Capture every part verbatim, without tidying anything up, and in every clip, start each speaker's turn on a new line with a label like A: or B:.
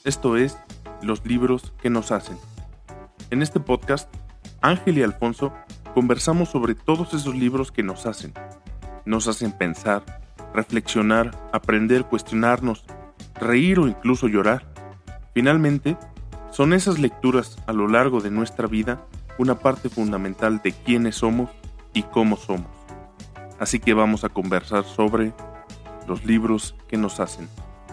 A: Esto es Los libros que nos hacen. En este podcast, Ángel y Alfonso conversamos sobre todos esos libros que nos hacen. Nos hacen pensar, reflexionar, aprender, cuestionarnos, reír o incluso llorar. Finalmente, son esas lecturas a lo largo de nuestra vida una parte fundamental de quiénes somos y cómo somos. Así que vamos a conversar sobre los libros que nos hacen.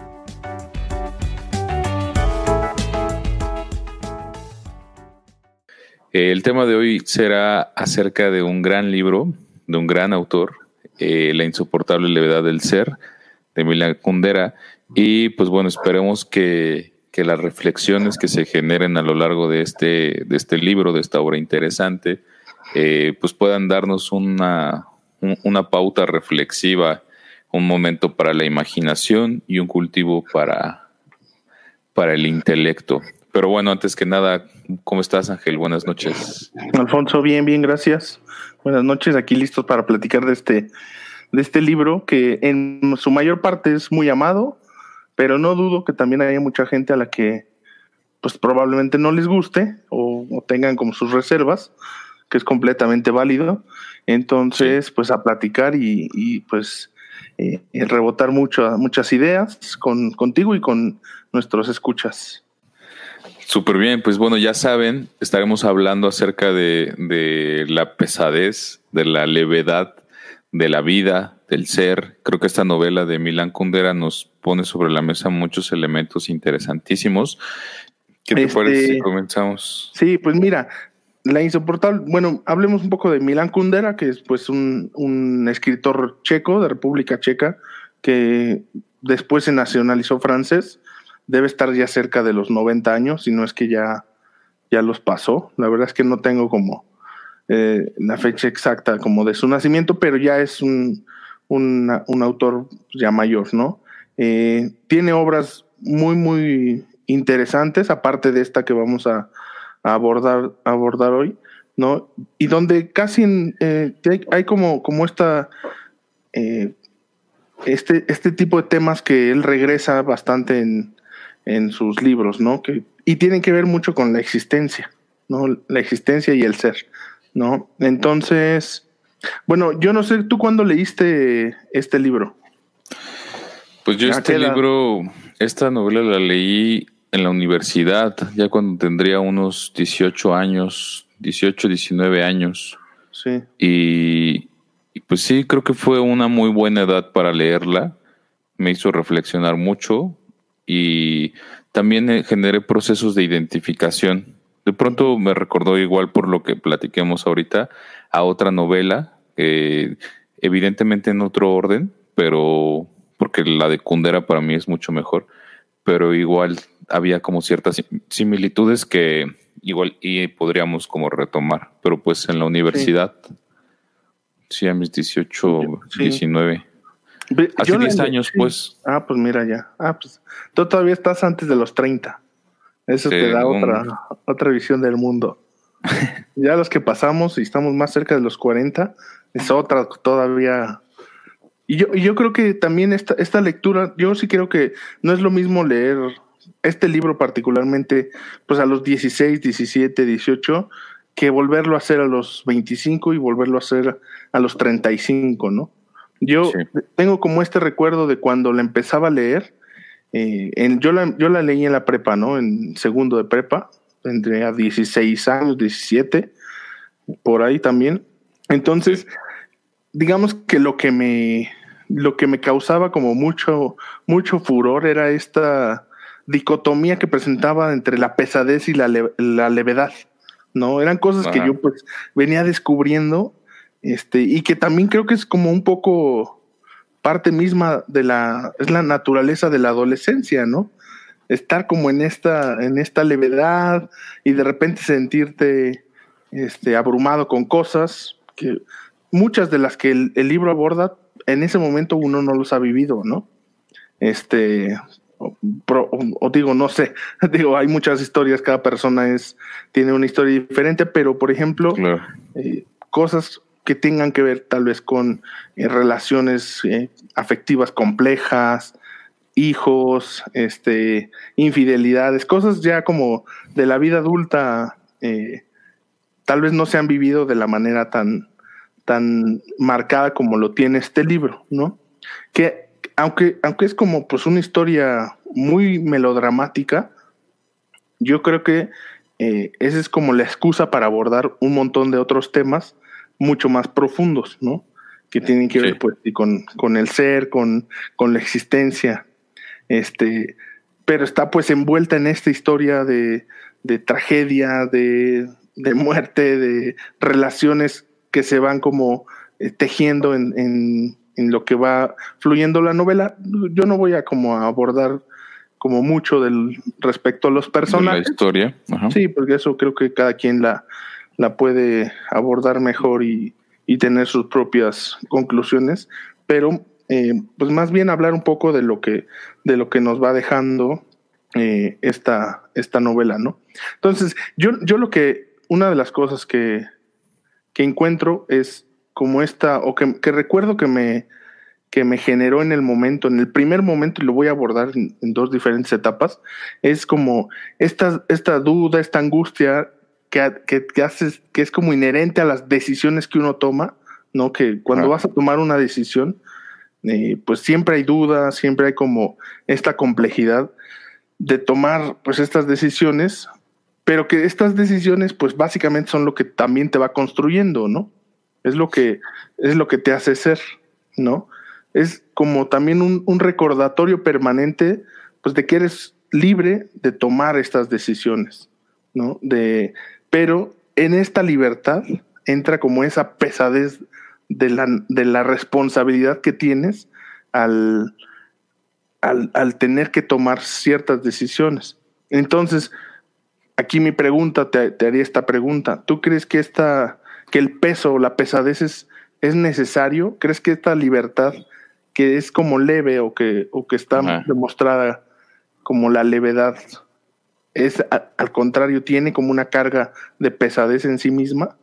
B: El tema de hoy será acerca de un gran libro, de un gran autor, eh, La insoportable levedad del ser, de Milan Kundera. Y pues bueno, esperemos que, que las reflexiones que se generen a lo largo de este, de este libro, de esta obra interesante, eh, pues puedan darnos una, un, una pauta reflexiva, un momento para la imaginación y un cultivo para, para el intelecto. Pero bueno, antes que nada, ¿cómo estás, Ángel? Buenas noches.
C: Alfonso, bien, bien, gracias. Buenas noches, aquí listos para platicar de este, de este libro que en su mayor parte es muy amado, pero no dudo que también haya mucha gente a la que pues probablemente no les guste o, o tengan como sus reservas, que es completamente válido. Entonces, sí. pues a platicar y, y pues eh, rebotar mucho, muchas ideas con, contigo y con nuestros escuchas.
B: Súper bien, pues bueno, ya saben, estaremos hablando acerca de, de la pesadez, de la levedad, de la vida, del ser. Creo que esta novela de Milan Kundera nos pone sobre la mesa muchos elementos interesantísimos. ¿Qué te este, parece si comenzamos?
C: Sí, pues mira, La insoportable, bueno, hablemos un poco de Milan Kundera, que es pues un, un escritor checo, de República Checa, que después se nacionalizó francés. Debe estar ya cerca de los noventa años, si no es que ya, ya los pasó. La verdad es que no tengo como eh, la fecha exacta como de su nacimiento, pero ya es un, un, un autor ya mayor, ¿no? Eh, tiene obras muy, muy interesantes, aparte de esta que vamos a, a, abordar, a abordar hoy, ¿no? Y donde casi en, eh, hay, hay como, como esta... Eh, este, este tipo de temas que él regresa bastante en en sus libros, ¿no? Que, y tienen que ver mucho con la existencia, ¿no? La existencia y el ser, ¿no? Entonces, bueno, yo no sé, ¿tú cuándo leíste este libro?
B: Pues yo este libro, esta novela la leí en la universidad, ya cuando tendría unos dieciocho años, dieciocho, diecinueve años.
C: Sí.
B: Y, y pues sí, creo que fue una muy buena edad para leerla. Me hizo reflexionar mucho. Y también generé procesos de identificación. De pronto me recordó, igual por lo que platiquemos ahorita, a otra novela, eh, evidentemente en otro orden, pero porque la de Kundera para mí es mucho mejor, pero igual había como ciertas similitudes que igual y podríamos como retomar, pero pues en la universidad, sí, sí a mis dieciocho, sí. diecinueve. Hace diez años, sí. pues.
C: Ah, pues mira ya. Ah, pues tú todavía estás antes de los treinta. Eso sí, te da un... otra, otra visión del mundo. Ya los que pasamos y estamos más cerca de los cuarenta, es otra todavía. Y yo, y yo creo que también esta, esta lectura, yo sí creo que no es lo mismo leer este libro particularmente, pues a los dieciséis, diecisiete, dieciocho, que volverlo a hacer a los veinticinco y volverlo a hacer a los treinta y cinco, ¿no? Yo sí. tengo como este recuerdo de cuando la empezaba a leer, eh, en, yo, la, yo la leí en la prepa, ¿no? En segundo de prepa, tendría dieciséis años, diecisiete, por ahí también. Entonces, sí. digamos que lo que me, lo que me causaba como mucho, mucho furor era esta dicotomía que presentaba entre la pesadez y la, le, la levedad, ¿no? Eran cosas Ajá. que yo pues venía descubriendo. Este, y que también creo que es como un poco parte misma de la, es la naturaleza de la adolescencia, ¿no? Estar como en esta, en esta levedad y de repente sentirte este, abrumado con cosas que muchas de las que el, el libro aborda, en ese momento uno no los ha vivido, ¿no? Este, o, o, o digo, no sé, digo, hay muchas historias, cada persona es, tiene una historia diferente, pero por ejemplo, claro. eh, cosas que tengan que ver tal vez con eh, relaciones eh, afectivas complejas, hijos, este, infidelidades, cosas ya como de la vida adulta, eh, tal vez no se han vivido de la manera tan, tan marcada como lo tiene este libro, ¿no? Que aunque, aunque es como pues una historia muy melodramática, yo creo que eh, esa es como la excusa para abordar un montón de otros temas mucho más profundos, ¿no? Que tienen que ver sí. pues con, con el ser, con, con la existencia, este, pero está pues envuelta en esta historia de, de tragedia, de, de muerte, de relaciones que se van como eh, tejiendo en, en, en lo que va fluyendo la novela. Yo no voy a como a abordar como mucho del respecto a los personajes.
B: De la historia. Ajá.
C: Sí, porque eso creo que cada quien la, la puede abordar mejor y, y tener sus propias conclusiones, pero eh, pues más bien hablar un poco de lo que, de lo que nos va dejando eh, esta, esta novela, ¿no? Entonces, yo, yo lo que, una de las cosas que, que encuentro es como esta, o que, que recuerdo que me, que me generó en el momento, en el primer momento, y lo voy a abordar en, en dos diferentes etapas, es como esta, esta duda, esta angustia que, que, que, haces, que es como inherente a las decisiones que uno toma, ¿no? Que cuando ah. vas a tomar una decisión, eh, pues siempre hay dudas, siempre hay como esta complejidad de tomar pues estas decisiones, pero que estas decisiones pues básicamente son lo que también te va construyendo, ¿no? Es lo que, es lo que te hace ser, ¿no? Es como también un, un recordatorio permanente pues de que eres libre de tomar estas decisiones, ¿no? De, pero en esta libertad entra como esa pesadez de la, de la responsabilidad que tienes al, al, al tener que tomar ciertas decisiones. Entonces, aquí mi pregunta, te, te haría esta pregunta. ¿Tú crees que, esta, que el peso o la pesadez es, es necesario? ¿Crees que esta libertad que es como leve o que, o que está Ajá. demostrada como la levedad, es a, al contrario, tiene como una carga de pesadez en sí misma?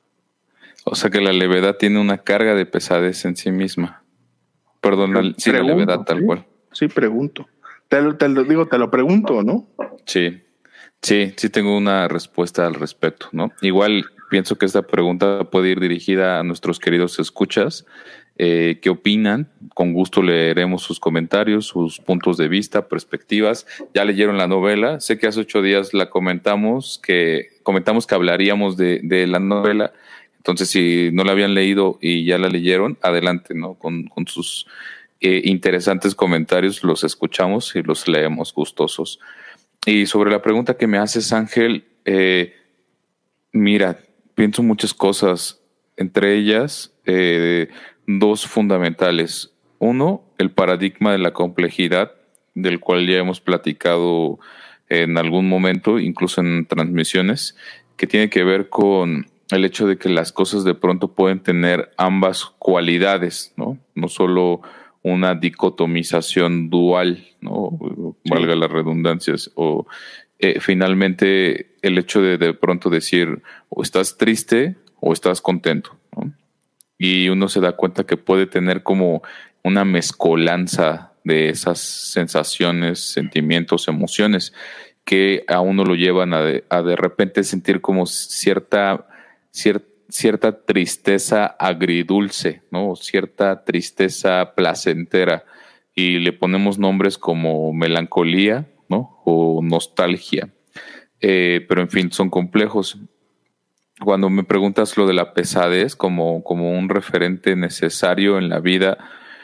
B: O sea que la levedad tiene una carga de pesadez en sí misma. Perdón, la, sí, pregunto, la levedad tal
C: sí,
B: cual.
C: Sí, pregunto. Te lo, te lo digo, te lo pregunto, ¿no?
B: Sí, sí, sí tengo una respuesta al respecto, ¿no? Igual pienso que esta pregunta puede ir dirigida a nuestros queridos escuchas. Eh, ¿Qué opinan? Con gusto leeremos sus comentarios, sus puntos de vista, perspectivas. Ya leyeron la novela. Sé que hace ocho días la comentamos, que comentamos que hablaríamos de, de la novela. Entonces, si no la habían leído y ya la leyeron, adelante, ¿no? Con, con sus eh, interesantes comentarios los escuchamos y los leemos gustosos. Y sobre la pregunta que me haces, Ángel, eh, mira, pienso muchas cosas, entre ellas eh, dos fundamentales. Uno, el paradigma de la complejidad, del cual ya hemos platicado en algún momento, incluso en transmisiones, que tiene que ver con el hecho de que las cosas de pronto pueden tener ambas cualidades, ¿no? No solo una dicotomización dual, ¿no? Sí. Valga las redundancias, o eh, finalmente el hecho de de pronto decir o estás triste o estás contento, ¿no? Y uno se da cuenta que puede tener como una mezcolanza de esas sensaciones, sentimientos, emociones que a uno lo llevan a de, a de repente sentir como cierta Cier, cierta tristeza agridulce, ¿no? Cierta tristeza placentera, y le ponemos nombres como melancolía, ¿no? O nostalgia, eh, pero en fin, son complejos. Cuando me preguntas lo de la pesadez como, como un referente necesario en la vida,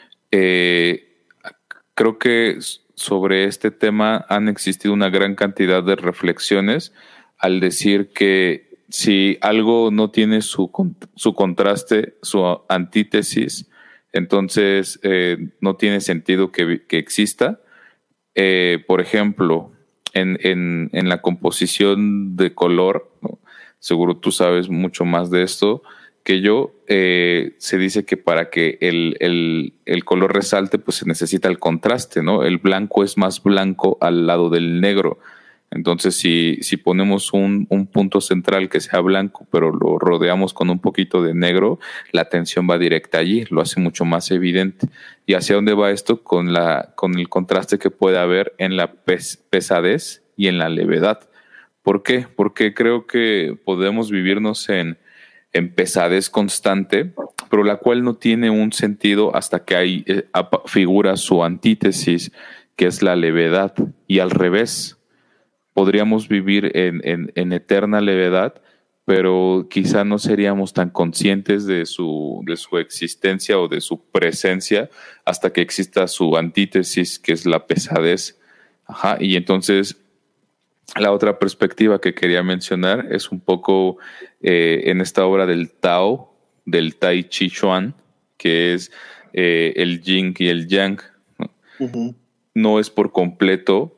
B: eh, creo que sobre este tema han existido una gran cantidad de reflexiones al decir que si algo no tiene su, su contraste, su antítesis, entonces eh, no tiene sentido que, que exista. Eh, por ejemplo, en, en, en la composición de color, ¿no? Seguro tú sabes mucho más de esto que yo, eh, se dice que para que el, el, el color resalte, pues se necesita el contraste, ¿no? El blanco es más blanco al lado del negro. Entonces, si, si ponemos un, un punto central que sea blanco, pero lo rodeamos con un poquito de negro, la atención va directa allí, lo hace mucho más evidente. ¿Y hacia dónde va esto? Con la, con el contraste que puede haber en la pes- pesadez y en la levedad. ¿Por qué? Porque creo que podemos vivirnos en, en pesadez constante, pero la cual no tiene un sentido hasta que hay, eh, figura su antítesis, que es la levedad, y al revés. Podríamos vivir en, en, en eterna levedad, pero quizá no seríamos tan conscientes de su, de su existencia o de su presencia hasta que exista su antítesis, que es la pesadez. Ajá, y entonces la otra perspectiva que quería mencionar es un poco eh, en esta obra del Tao, del Tai Chi Chuan, que es eh, el yin y el yang. ¿No? Uh-huh. No es por completo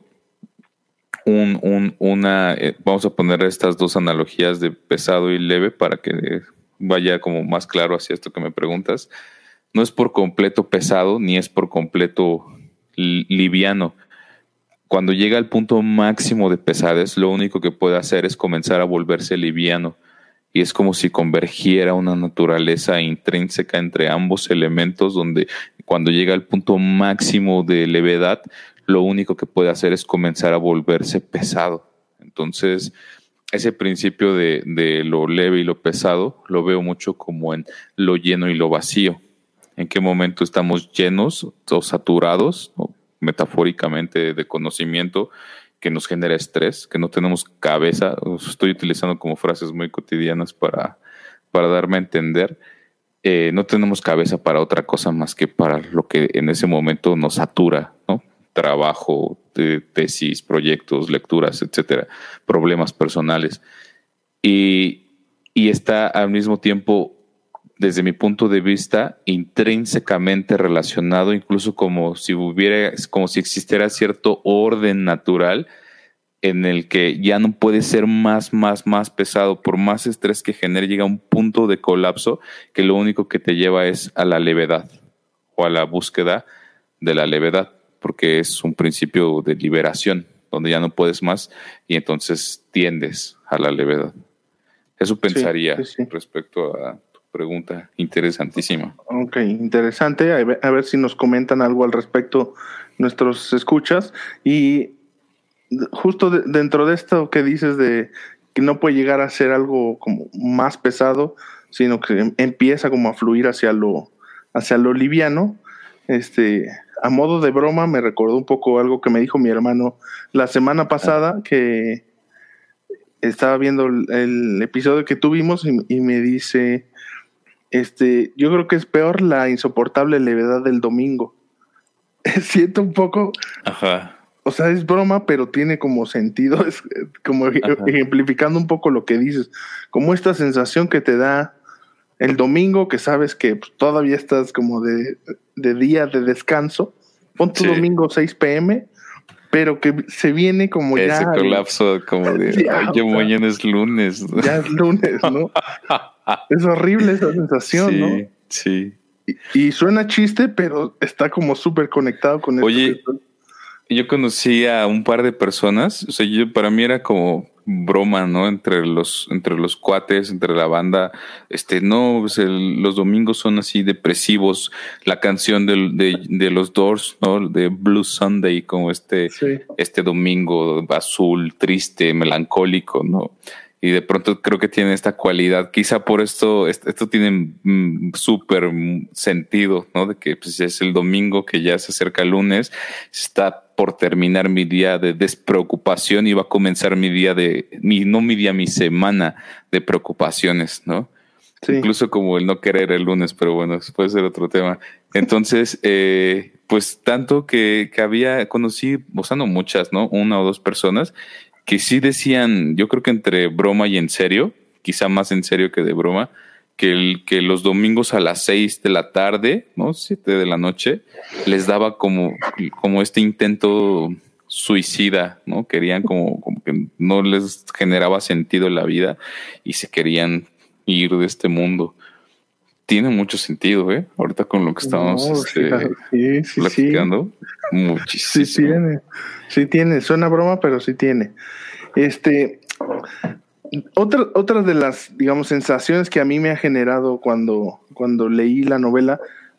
B: Un, un, una, eh, vamos a poner estas dos analogías de pesado y leve para que vaya como más claro hacia esto que me preguntas. No es por completo pesado ni es por completo li- liviano. Cuando llega al punto máximo de pesadez, lo único que puede hacer es comenzar a volverse liviano. Y es como si convergiera una naturaleza intrínseca entre ambos elementos, donde cuando llega al punto máximo de levedad, lo único que puede hacer es comenzar a volverse pesado. Entonces, ese principio de, de lo leve y lo pesado lo veo mucho como en lo lleno y lo vacío. ¿En qué momento estamos llenos o saturados, o metafóricamente, de conocimiento que nos genera estrés, que no tenemos cabeza? Estoy utilizando como frases muy cotidianas para, para darme a entender. Eh, no tenemos cabeza para otra cosa más que para lo que en ese momento nos satura, ¿no? Trabajo, de tesis, proyectos, lecturas, etcétera, problemas personales. Y, y está al mismo tiempo, desde mi punto de vista, intrínsecamente relacionado, incluso como si hubiera, como si existiera cierto orden natural en el que ya no puede ser más, más, más pesado. Por más estrés que genere, llega a un punto de colapso que lo único que te lleva es a la levedad o a la búsqueda de la levedad, porque es un principio de liberación, donde ya no puedes más y entonces tiendes a la levedad. Eso pensaría sí, sí, sí. respecto a tu pregunta interesantísima.
C: Ok, interesante. A ver, a ver si nos comentan algo al respecto nuestros escuchas. Y justo de, dentro de esto que dices de que no puede llegar a ser algo como más pesado, sino que empieza como a fluir hacia lo, hacia lo liviano, este... a modo de broma, me recordó un poco algo que me dijo mi hermano la semana pasada, que estaba viendo el, el episodio que tuvimos y, y me dice, este, yo creo que es peor la insoportable levedad del domingo. Siento un poco,
B: Ajá.
C: O sea, es broma, pero tiene como sentido, es como Ajá. ejemplificando un poco lo que dices, como esta sensación que te da el domingo, que sabes que pues, todavía estás como de, de día de descanso, pon tu sí. domingo seis pm, pero que se viene como
B: ese
C: ya...
B: Ese colapso como de, ya, ay, yo mañana es lunes.
C: Ya es lunes, ¿no? Es horrible esa sensación,
B: sí,
C: ¿no?
B: Sí,
C: sí. Y, y suena chiste, pero está como súper conectado con esto.
B: Oye, yo conocí a un par de personas, o sea, yo para mí era como broma, ¿no? Entre los, entre los cuates, entre la banda, este, no, pues el, los domingos son así depresivos, la canción de, de, de los Doors, ¿no? De Blue Sunday, como este, sí. este domingo azul, triste, melancólico, ¿no? Y de pronto creo que tiene esta cualidad, quizá por esto, esto tiene mm, súper sentido, ¿no? De que pues, es el domingo que ya se acerca el lunes, está por terminar mi día de despreocupación y va a comenzar mi día de, mi, no mi día, mi semana de preocupaciones, ¿no? Sí. Incluso como el no querer el lunes, pero bueno, eso puede ser otro tema. Entonces, eh, pues tanto que, que había, conocí, o sea, no muchas, ¿no? Una o dos personas que sí decían, yo creo que entre broma y en serio, quizá más en serio que de broma, que, el, que los domingos a las seis de la tarde, ¿no? Siete de la noche, les daba como, como este intento suicida, ¿no? Querían como, como que no les generaba sentido en la vida y se querían ir de este mundo. Tiene mucho sentido, ¿eh? Ahorita con lo que estamos no, este,
C: sí, sí,
B: platicando. Muchísimo.
C: Sí tiene, sí tiene, suena broma, pero sí tiene. Este, otra, otra de las, digamos, sensaciones que a mí me ha generado cuando, cuando leí la novela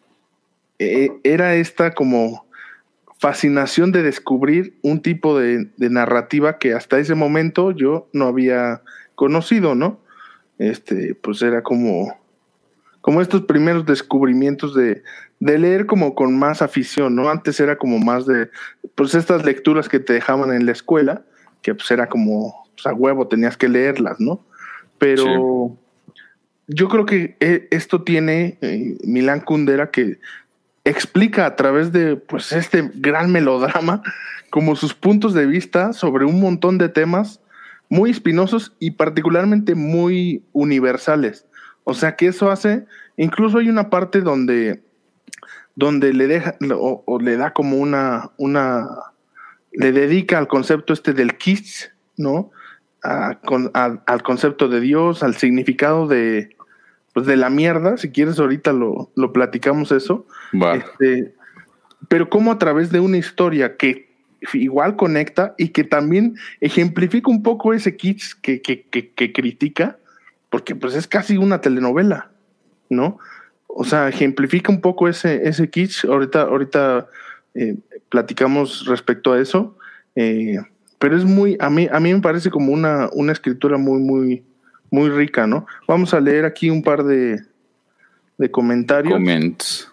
C: eh, era esta como fascinación de descubrir un tipo de, de narrativa que hasta ese momento yo no había conocido, ¿no? Este, pues era como, como estos primeros descubrimientos de, de leer como con más afición, ¿no? Antes era como más de, pues estas lecturas que te dejaban en la escuela, que pues era como, pues a huevo tenías que leerlas, ¿no? Pero sí, yo creo que esto tiene eh, Milan Kundera, que explica a través de pues este gran melodrama como sus puntos de vista sobre un montón de temas muy espinosos y particularmente muy universales. O sea que eso hace, incluso hay una parte donde, donde le deja o, o le da como una, una, le dedica al concepto este del kitsch, ¿no? A, con, a, al concepto de Dios, al significado de pues de la mierda, si quieres ahorita lo, lo platicamos eso.
B: Va.
C: Este, pero como a través de una historia que igual conecta y que también ejemplifica un poco ese kitsch que, que, que, que critica, porque pues es casi una telenovela, ¿no? O sea, ejemplifica un poco ese, ese kitsch. Ahorita, ahorita eh, platicamos respecto a eso, eh, pero es muy, a mí, a mí me parece como una, una escritura muy, muy, muy rica, ¿no? Vamos a leer aquí un par de, de comentarios.
B: Comments.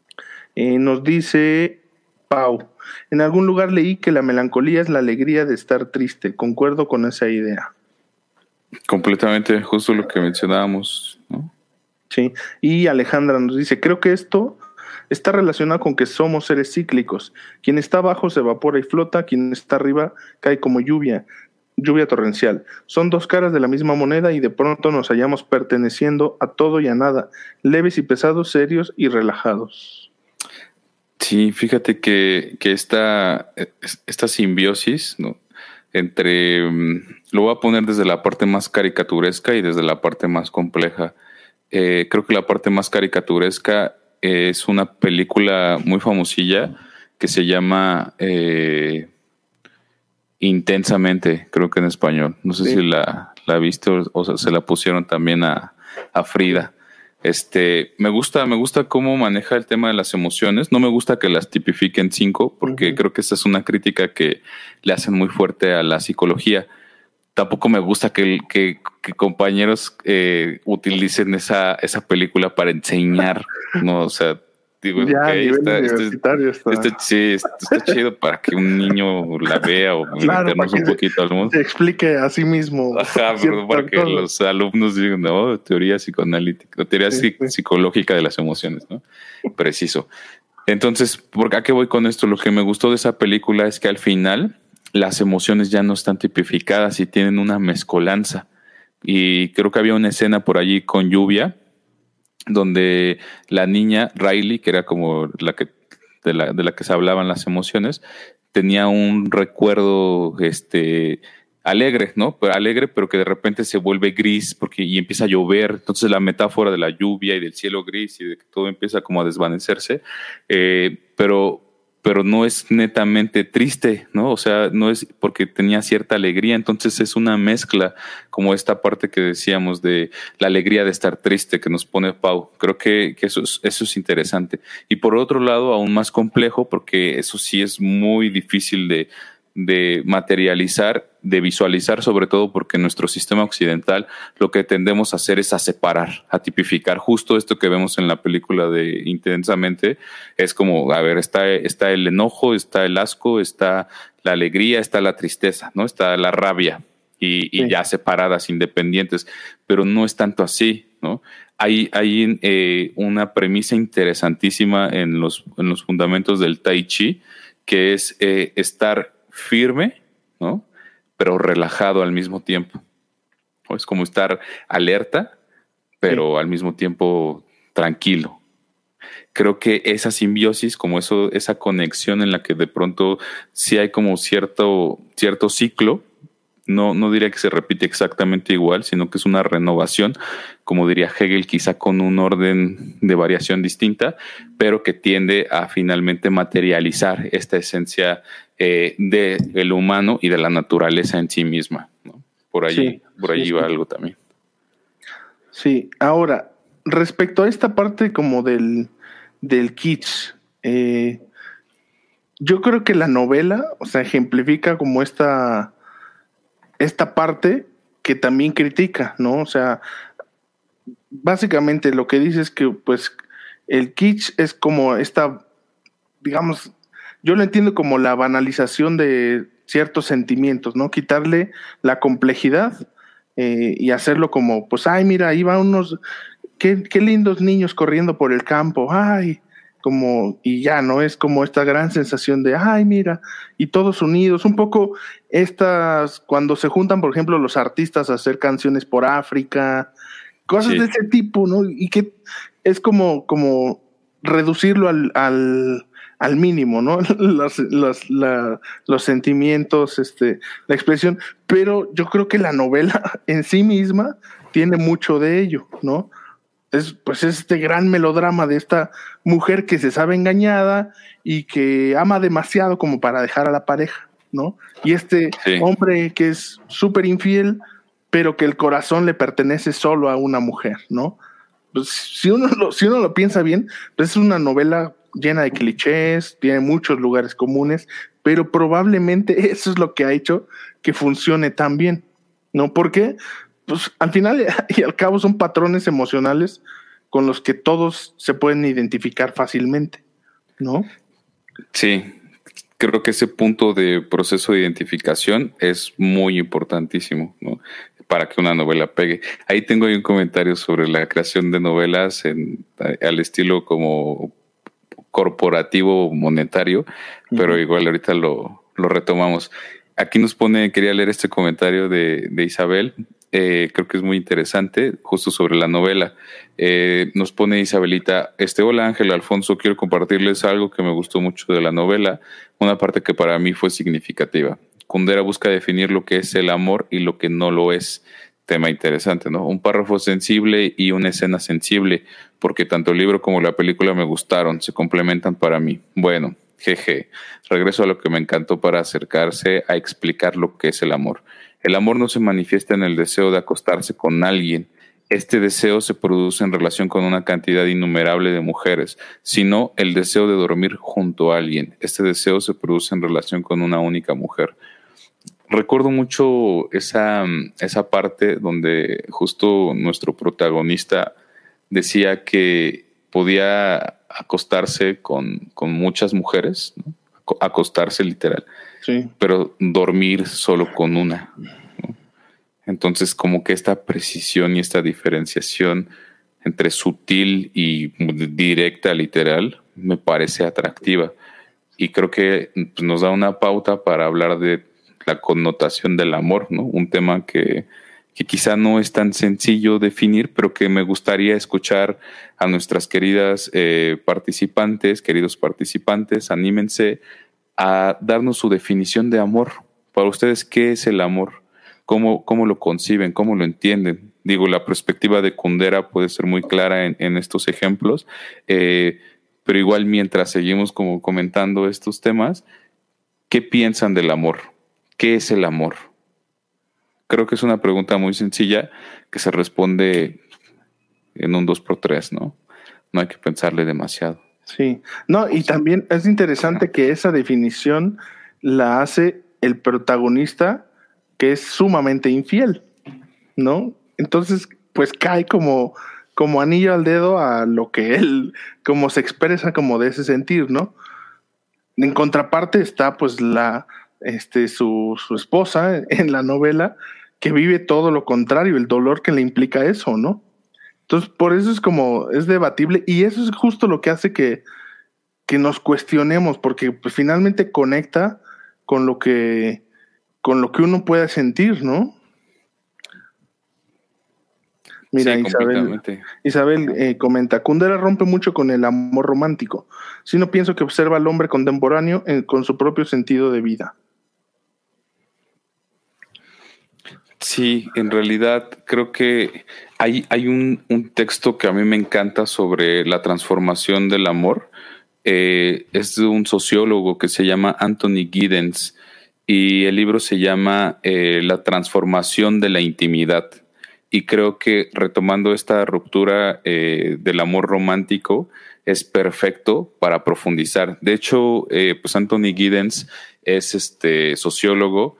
C: Eh, nos dice Pau: en algún lugar leí que la melancolía es la alegría de estar triste. Concuerdo con esa idea.
B: Completamente, justo lo que mencionábamos, ¿no?
C: Sí, y Alejandra nos dice: creo que esto está relacionado con que somos seres cíclicos. Quien está abajo se evapora y flota, quien está arriba cae como lluvia. Lluvia torrencial. Son dos caras de la misma moneda y de pronto nos hallamos perteneciendo a todo y a nada, leves y pesados, serios y relajados.
B: Sí, fíjate que, que esta, esta simbiosis, ¿no? Entre, lo voy a poner desde la parte más caricaturesca y desde la parte más compleja. Eh, creo que la parte más caricaturesca es una película muy famosilla que se llama... Eh, Intensamente, creo que en español. No sé sí. si la, la viste o, o sea, se la pusieron también a, a Frida. Este, me gusta, me gusta cómo maneja el tema de las emociones. No me gusta que las tipifiquen cinco, porque uh-huh. creo que esa es una crítica que le hacen muy fuerte a la psicología. Tampoco me gusta que, que, que compañeros eh, utilicen esa, esa película para enseñar, ¿no? O sea, digo,
C: ya,
B: okay, está,
C: universitario
B: está, está. Está, sí, está, está chido para que un niño la vea o
C: claro,
B: meternos un poquito al mundo.
C: Se explique a sí mismo.
B: Ajá, pero para que todo. Los alumnos digan, no, teoría psicoanalítica, teoría sí, sí. psicológica de las emociones, ¿no? Preciso. Entonces, ¿por qué voy con esto? Lo que me gustó de esa película es que al final las emociones ya no están tipificadas y tienen una mezcolanza. Y creo que había una escena por allí con lluvia, donde la niña Riley, que era como la que de la, de la que se hablaban las emociones, tenía un recuerdo este alegre, ¿no? Pero alegre, pero que de repente se vuelve gris porque y empieza a llover. Entonces la metáfora de la lluvia y del cielo gris y de que todo empieza como a desvanecerse, eh, pero pero no es netamente triste, ¿no? O sea, no es porque tenía cierta alegría, entonces es una mezcla, como esta parte que decíamos de la alegría de estar triste que nos pone Pau. Creo que, que eso, es, eso es interesante. Y por otro lado, aún más complejo, porque eso sí es muy difícil de, de materializar, de visualizar, sobre todo porque en nuestro sistema occidental lo que tendemos a hacer es a separar, a tipificar. Justo esto que vemos en la película de Intensamente es como, a ver, está, está el enojo, está el asco, está la alegría, está la tristeza, ¿no? Está la rabia y, y sí. ya separadas, independientes, pero no es tanto así, ¿no? Hay, hay eh, una premisa interesantísima en los, en los fundamentos del Tai Chi, que es eh, estar firme, ¿no? Pero relajado al mismo tiempo. Es como estar alerta, pero sí. al mismo tiempo tranquilo. Creo que esa simbiosis, como eso, esa conexión en la que de pronto sí hay como cierto, cierto ciclo, No, no diría que se repite exactamente igual, sino que es una renovación, como diría Hegel, quizá con un orden de variación distinta, pero que tiende a finalmente materializar esta esencia eh, del humano y de la naturaleza en sí misma, ¿no? Por allí, sí, por allí sí, va sí. algo también.
C: Sí, ahora, respecto a esta parte como del, del kitsch, eh, yo creo que la novela, o sea, ejemplifica como esta... esta parte que también critica, ¿no? O sea, básicamente lo que dice es que, pues, el kitsch es como esta, digamos, yo lo entiendo como la banalización de ciertos sentimientos, ¿no? Quitarle la complejidad eh, y hacerlo como, pues, ay, mira, ahí van unos, qué, qué lindos niños corriendo por el campo, ay, como, y ya, ¿no? Es como esta gran sensación de, ay, mira, y todos unidos, un poco estas, cuando se juntan, por ejemplo, los artistas a hacer canciones por África, cosas sí. de ese tipo, ¿no? Y que es como, como reducirlo al, al, al mínimo, ¿no? Los, los, la, los sentimientos, este, la expresión, pero yo creo que la novela en sí misma tiene mucho de ello, ¿no? Es, pues es este gran melodrama de esta mujer que se sabe engañada y que ama demasiado como para dejar a la pareja, ¿no? Y este sí. hombre que es súper infiel, pero que el corazón le pertenece solo a una mujer, ¿no? Pues si uno lo, si uno lo piensa bien, pues es una novela llena de clichés, tiene muchos lugares comunes, pero probablemente eso es lo que ha hecho que funcione tan bien, ¿no? ¿Por qué? Pues al final y al cabo son patrones emocionales con los que todos se pueden identificar fácilmente, ¿no?
B: Sí, creo que ese punto de proceso de identificación es muy importantísimo, ¿no? Para que una novela pegue. Ahí tengo ahí un comentario sobre la creación de novelas en, al estilo como corporativo monetario, uh-huh. pero igual ahorita lo, lo retomamos. Aquí nos pone, quería leer este comentario de, de Isabel. Eh, creo que es muy interesante, justo sobre la novela. Eh, nos pone Isabelita, este, hola Ángel, Alfonso, quiero compartirles algo que me gustó mucho de la novela, una parte que para mí fue significativa. Kundera busca definir lo que es el amor y lo que no lo es. Tema interesante, ¿no? Un párrafo sensible y una escena sensible, porque tanto el libro como la película me gustaron, se complementan para mí. Bueno, jeje, regreso a lo que me encantó para acercarse a explicar lo que es el amor. El amor no se manifiesta en el deseo de acostarse con alguien. Este deseo se produce en relación con una cantidad innumerable de mujeres, sino el deseo de dormir junto a alguien. Este deseo se produce en relación con una única mujer. Recuerdo mucho esa, esa parte donde justo nuestro protagonista decía que podía acostarse con, con muchas mujeres, ¿no? Acostarse literal, sí. pero dormir solo con una, ¿no? Entonces como que esta precisión y esta diferenciación entre sutil y directa, literal, me parece atractiva y creo que pues, nos da una pauta para hablar de la connotación del amor, ¿no? Un tema que, que quizá no es tan sencillo definir, pero que me gustaría escuchar a nuestras queridas eh, participantes, queridos participantes, anímense a darnos su definición de amor. Para ustedes, ¿qué es el amor? ¿Cómo, cómo lo conciben? ¿Cómo lo entienden? Digo, la perspectiva de Kundera puede ser muy clara en, en estos ejemplos, eh, pero igual mientras seguimos como comentando estos temas, ¿qué piensan del amor? ¿Qué es el amor? Creo que es una pregunta muy sencilla que se responde en un dos por tres, ¿no? No hay que pensarle demasiado.
C: Sí, no, y también es interesante que esa definición la hace el protagonista, que es sumamente infiel, ¿no? Entonces, pues cae como, como anillo al dedo a lo que él, como se expresa como de ese sentir, ¿no? En contraparte está pues la, este, su, su esposa en la novela, que vive todo lo contrario, el dolor que le implica eso, ¿no? Entonces, por eso es como, es debatible, y eso es justo lo que hace que, que nos cuestionemos, porque pues, finalmente conecta con lo que, con lo que uno pueda sentir, ¿no? Mira, sí, Isabel, Isabel eh, comenta, Kundera rompe mucho con el amor romántico, sino pienso que observa al hombre contemporáneo en, con su propio sentido de vida.
B: Sí, en realidad creo que hay, hay un, un texto que a mí me encanta sobre la transformación del amor. Eh, es de un sociólogo que se llama Anthony Giddens y el libro se llama eh, La transformación de la intimidad. Y creo que retomando esta ruptura eh, del amor romántico es perfecto para profundizar. De hecho, eh, pues Anthony Giddens es este sociólogo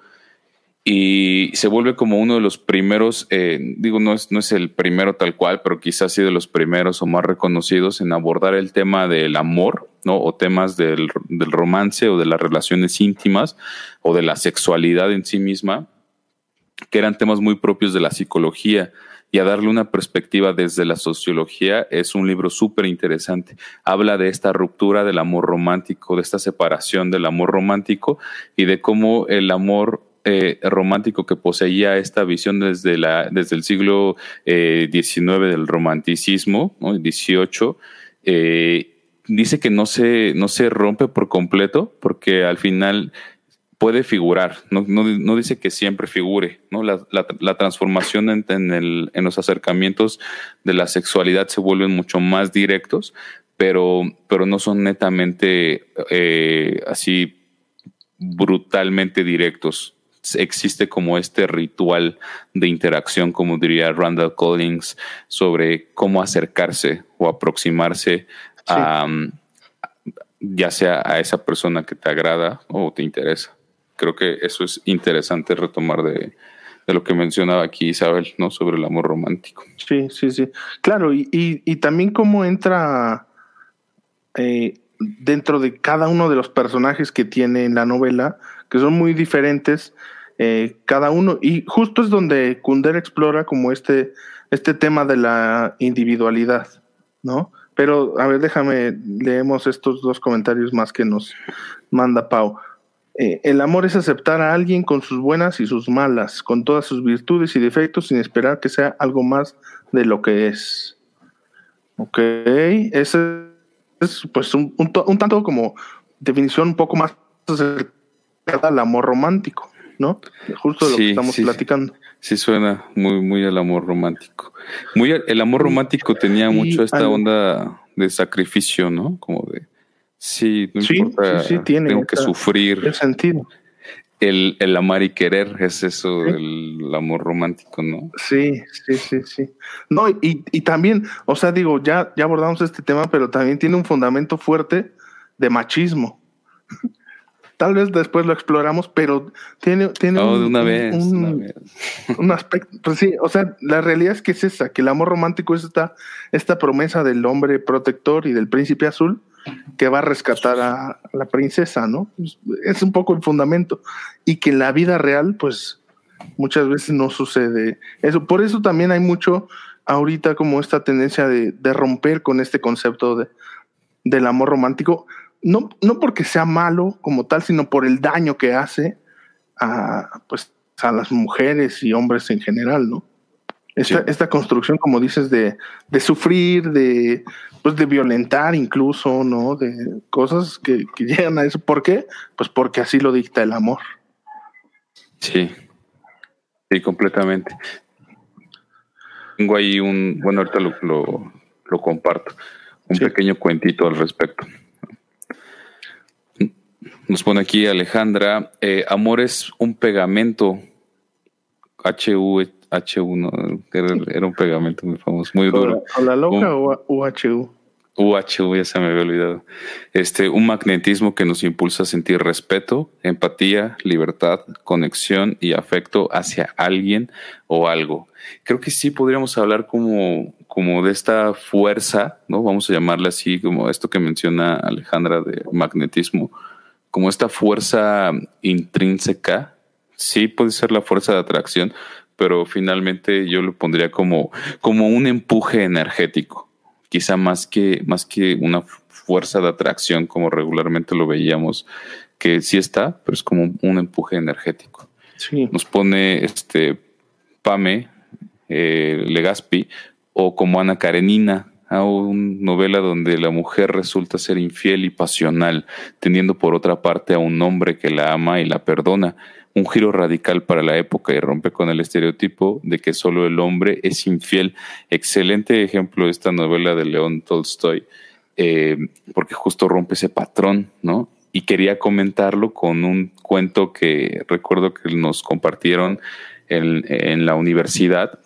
B: y se vuelve como uno de los primeros, eh, digo, no es, no es el primero tal cual, pero quizás sí de los primeros o más reconocidos en abordar el tema del amor, ¿no? O temas del, del romance o de las relaciones íntimas o de la sexualidad en sí misma, que eran temas muy propios de la psicología. Y a darle una perspectiva desde la sociología es un libro súper interesante. Habla de esta ruptura del amor romántico, de esta separación del amor romántico y de cómo el amor eh, romántico que poseía esta visión desde, la, desde el siglo eh, diecinueve del romanticismo, ¿no? dieciocho, eh, dice que no se, no se rompe por completo porque al final puede figurar, no, no, no dice que siempre figure, ¿no? La, la, la transformación en, en, el, en los acercamientos de la sexualidad se vuelven mucho más directos, pero, pero no son netamente eh, así brutalmente directos. Existe como este ritual de interacción, como diría Randall Collins, sobre cómo acercarse o aproximarse sí. a, ya sea a esa persona que te agrada o te interesa. Creo que eso es interesante retomar de, de lo que mencionaba aquí Isabel, ¿no? Sobre el amor romántico.
C: Sí, sí, sí. Claro, y, y, y también cómo entra eh, dentro de cada uno de los personajes que tiene en la novela, que son muy diferentes, eh, cada uno, y justo es donde Kundera explora como este, este tema de la individualidad, ¿no? Pero, a ver, déjame, leemos estos dos comentarios más que nos manda Pau. Eh, el amor es aceptar a alguien con sus buenas y sus malas, con todas sus virtudes y defectos, sin esperar que sea algo más de lo que es. Ok, ese es pues un, un, un tanto como definición un poco más acercada al amor romántico, ¿no? Justo de lo
B: sí,
C: que estamos
B: sí,
C: platicando.
B: Sí, suena muy, muy al amor romántico. Muy, el amor romántico tenía
C: y,
B: mucho esta
C: al,
B: onda de sacrificio, ¿no? Como de sí, no
C: sí,
B: importa,
C: sí, sí, tiene
B: tengo que
C: esa,
B: sufrir.
C: El sentido.
B: El, el amar y querer es eso, ¿sí? el, el amor romántico, ¿no?
C: Sí, sí, sí, sí. No, y, y también, o sea, digo, ya, ya abordamos este tema, pero también tiene un fundamento fuerte de machismo. Tal vez después lo exploramos, pero tiene, tiene
B: oh,
C: un,
B: de una
C: un,
B: vez,
C: un,
B: una vez.
C: un aspecto, pues sí, o sea, la realidad es que es esa, que el amor romántico es esta, esta promesa del hombre protector y del príncipe azul que va a rescatar a la princesa, ¿no? Es un poco el fundamento. Y que en la vida real, pues, muchas veces no sucede eso. Por eso también hay mucho ahorita como esta tendencia de, de romper con este concepto de, del amor romántico. No, no porque sea malo como tal, sino por el daño que hace a, pues, a las mujeres y hombres en general, ¿no? Esta, sí. esta construcción, como dices, de, de sufrir, de, pues de violentar incluso, ¿no? De cosas que, que llegan a eso. ¿Por qué? Pues porque así lo dicta el amor.
B: Sí, sí, completamente. Tengo ahí un, bueno, ahorita lo, lo, lo comparto, un sí. pequeño cuentito al respecto. Nos pone aquí Alejandra, eh, amor es un pegamento, H U H U, no, era, era un pegamento muy famoso, muy duro.
C: ¿A la loca un, o U H U?
B: U H U, ya se me había olvidado. Este, un magnetismo que nos impulsa a sentir respeto, empatía, libertad, conexión y afecto hacia alguien o algo. Creo que sí podríamos hablar como, como de esta fuerza, ¿no? Vamos a llamarle así, como esto que menciona Alejandra de magnetismo, como esta fuerza intrínseca. Sí puede ser la fuerza de atracción, pero finalmente yo lo pondría como, como un empuje energético. Quizá más que, más que una fuerza de atracción como regularmente lo veíamos, que sí está, pero es como un empuje energético.
C: Sí.
B: Nos pone este Pame eh, Legaspi o como Ana Karenina. a una novela donde la mujer resulta ser infiel y pasional, teniendo por otra parte a un hombre que la ama y la perdona. Un giro radical para la época y rompe con el estereotipo de que solo el hombre es infiel. Excelente ejemplo de esta novela de León Tolstoy, eh, porque justo rompe ese patrón, ¿no? Y quería comentarlo con un cuento que recuerdo que nos compartieron en, en la universidad,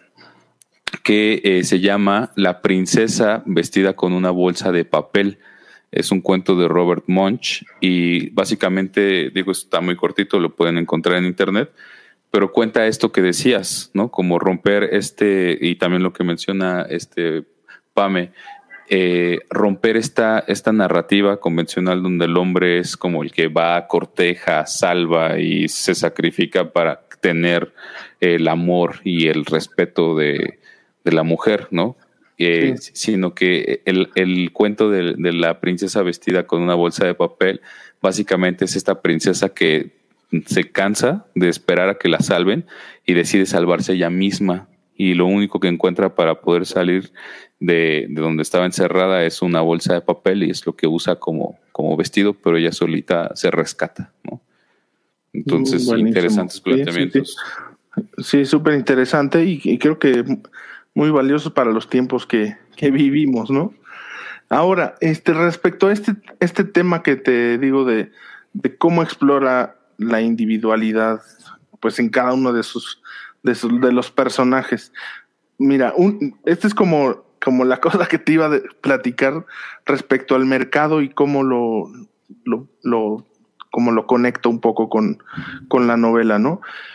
B: que eh, se llama La princesa vestida con una bolsa de papel. Es un cuento de Robert Munch y básicamente, digo, está muy cortito, lo pueden encontrar en internet, pero cuenta esto que decías, ¿no? Como romper este, y también lo que menciona este Pame, eh, romper esta, esta narrativa convencional donde el hombre es como el que va, corteja, salva y se sacrifica para tener el amor y el respeto de, de la mujer, ¿no? Eh, sí. Sino que el, el cuento de, de la princesa vestida con una bolsa de papel básicamente es esta princesa que se cansa de esperar a que la salven y decide salvarse ella misma, y lo único que encuentra para poder salir de, de donde estaba encerrada es una bolsa de papel y es lo que usa como, como vestido, pero ella solita se rescata, ¿no? Entonces, buenísimo. Interesantes planteamientos.
C: Sí, súper sí, interesante y, y creo que muy valioso para los tiempos que, que vivimos, ¿no? Ahora, este, respecto a este, este tema que te digo de, de cómo explora la individualidad, pues en cada uno de sus, de sus, de los personajes. Mira, un, este es como, como la cosa que te iba a platicar respecto al mercado y cómo lo, lo, lo, cómo lo conecto un poco con, con la novela, ¿no?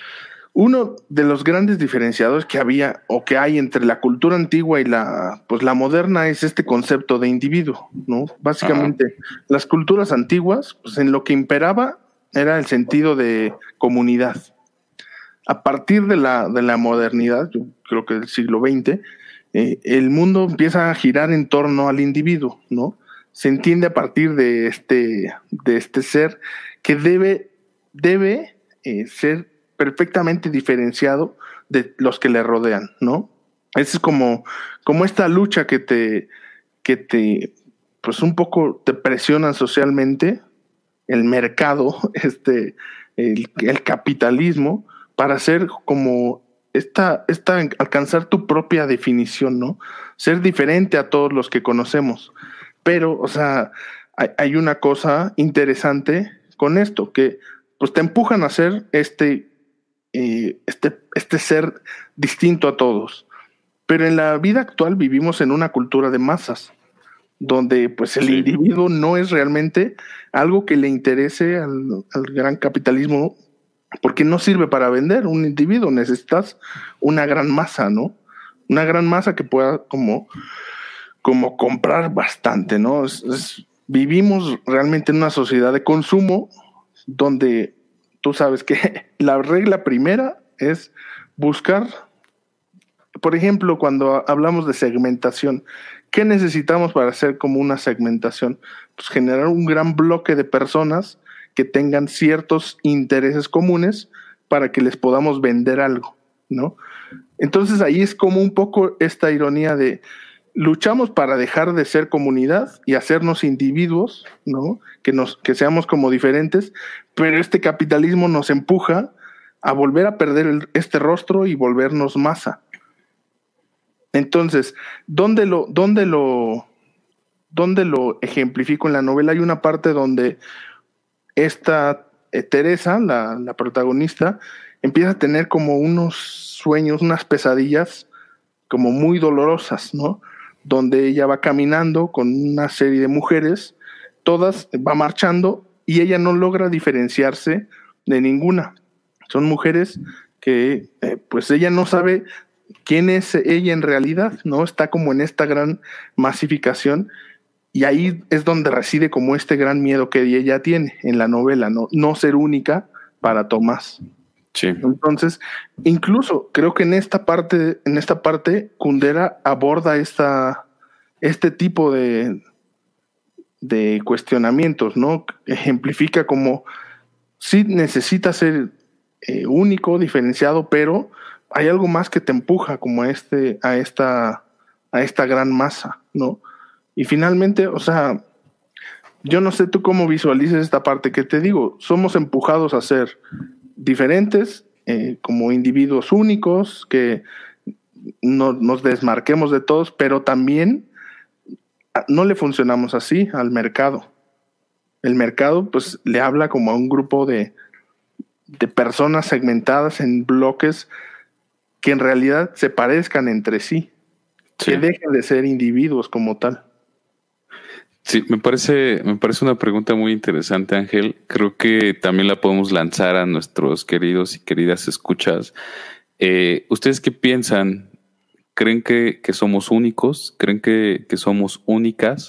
C: Uno de los grandes diferenciadores que había o que hay entre la cultura antigua y la, pues la moderna es este concepto de individuo, ¿no? Básicamente, uh-huh. Las culturas antiguas, pues en lo que imperaba era el sentido de comunidad. A partir de la, de la modernidad, yo creo que del siglo veinte, eh, el mundo empieza a girar en torno al individuo, ¿no? Se entiende a partir de este, de este ser que debe, debe eh, ser perfectamente diferenciado de los que le rodean, ¿no? Es como, como esta lucha que te, que te, pues un poco te presionan socialmente, el mercado, este, el, el capitalismo, para ser como esta, esta, alcanzar tu propia definición, ¿no? Ser diferente a todos los que conocemos. Pero, o sea, hay, hay una cosa interesante con esto, que pues te empujan a ser este Este, este ser distinto a todos. Pero en la vida actual vivimos en una cultura de masas, donde pues el sí. individuo no es realmente algo que le interese al, al gran capitalismo, porque no sirve para vender un individuo, necesitas una gran masa, ¿no? Una gran masa que pueda como, como comprar bastante, ¿no? Es, es, vivimos realmente en una sociedad de consumo donde tú sabes que la regla primera es buscar, por ejemplo, cuando hablamos de segmentación, ¿qué necesitamos para hacer como una segmentación? Pues generar un gran bloque de personas que tengan ciertos intereses comunes para que les podamos vender algo, ¿no? Entonces ahí es como un poco esta ironía de luchamos para dejar de ser comunidad y hacernos individuos, ¿no? Que nos, que seamos como diferentes, pero este capitalismo nos empuja a volver a perder el, este rostro y volvernos masa. Entonces, ¿dónde lo, dónde lo, dónde lo ejemplifico en la novela? Hay una parte donde esta eh, Teresa, la, la protagonista, empieza a tener como unos sueños, unas pesadillas como muy dolorosas, ¿no? Donde ella va caminando con una serie de mujeres, todas va marchando y ella no logra diferenciarse de ninguna. Son mujeres que eh, pues ella no sabe quién es ella en realidad, ¿no? Está como en esta gran masificación y ahí es donde reside como este gran miedo que ella tiene en la novela, ¿no? No ser única para Tomás.
B: Sí.
C: Entonces, incluso creo que en esta parte, en esta parte, Kundera aborda esta, este tipo de, de cuestionamientos, ¿no? Ejemplifica como sí necesita ser eh, único, diferenciado, pero hay algo más que te empuja como a este, a esta, a esta gran masa, ¿no? Y finalmente, o sea, yo no sé tú cómo visualices esta parte que te digo, somos empujados a ser diferentes, eh, como individuos únicos, que no, nos desmarquemos de todos, pero también no le funcionamos así al mercado. El mercado pues le habla como a un grupo de, de personas segmentadas en bloques que en realidad se parezcan entre sí, sí, que dejen de ser individuos como tal.
B: Sí, me parece, me parece una pregunta muy interesante, Ángel. Creo que también la podemos lanzar a nuestros queridos y queridas escuchas. Eh, ¿Ustedes qué piensan? ¿Creen que, que somos únicos? ¿Creen que, que somos únicas?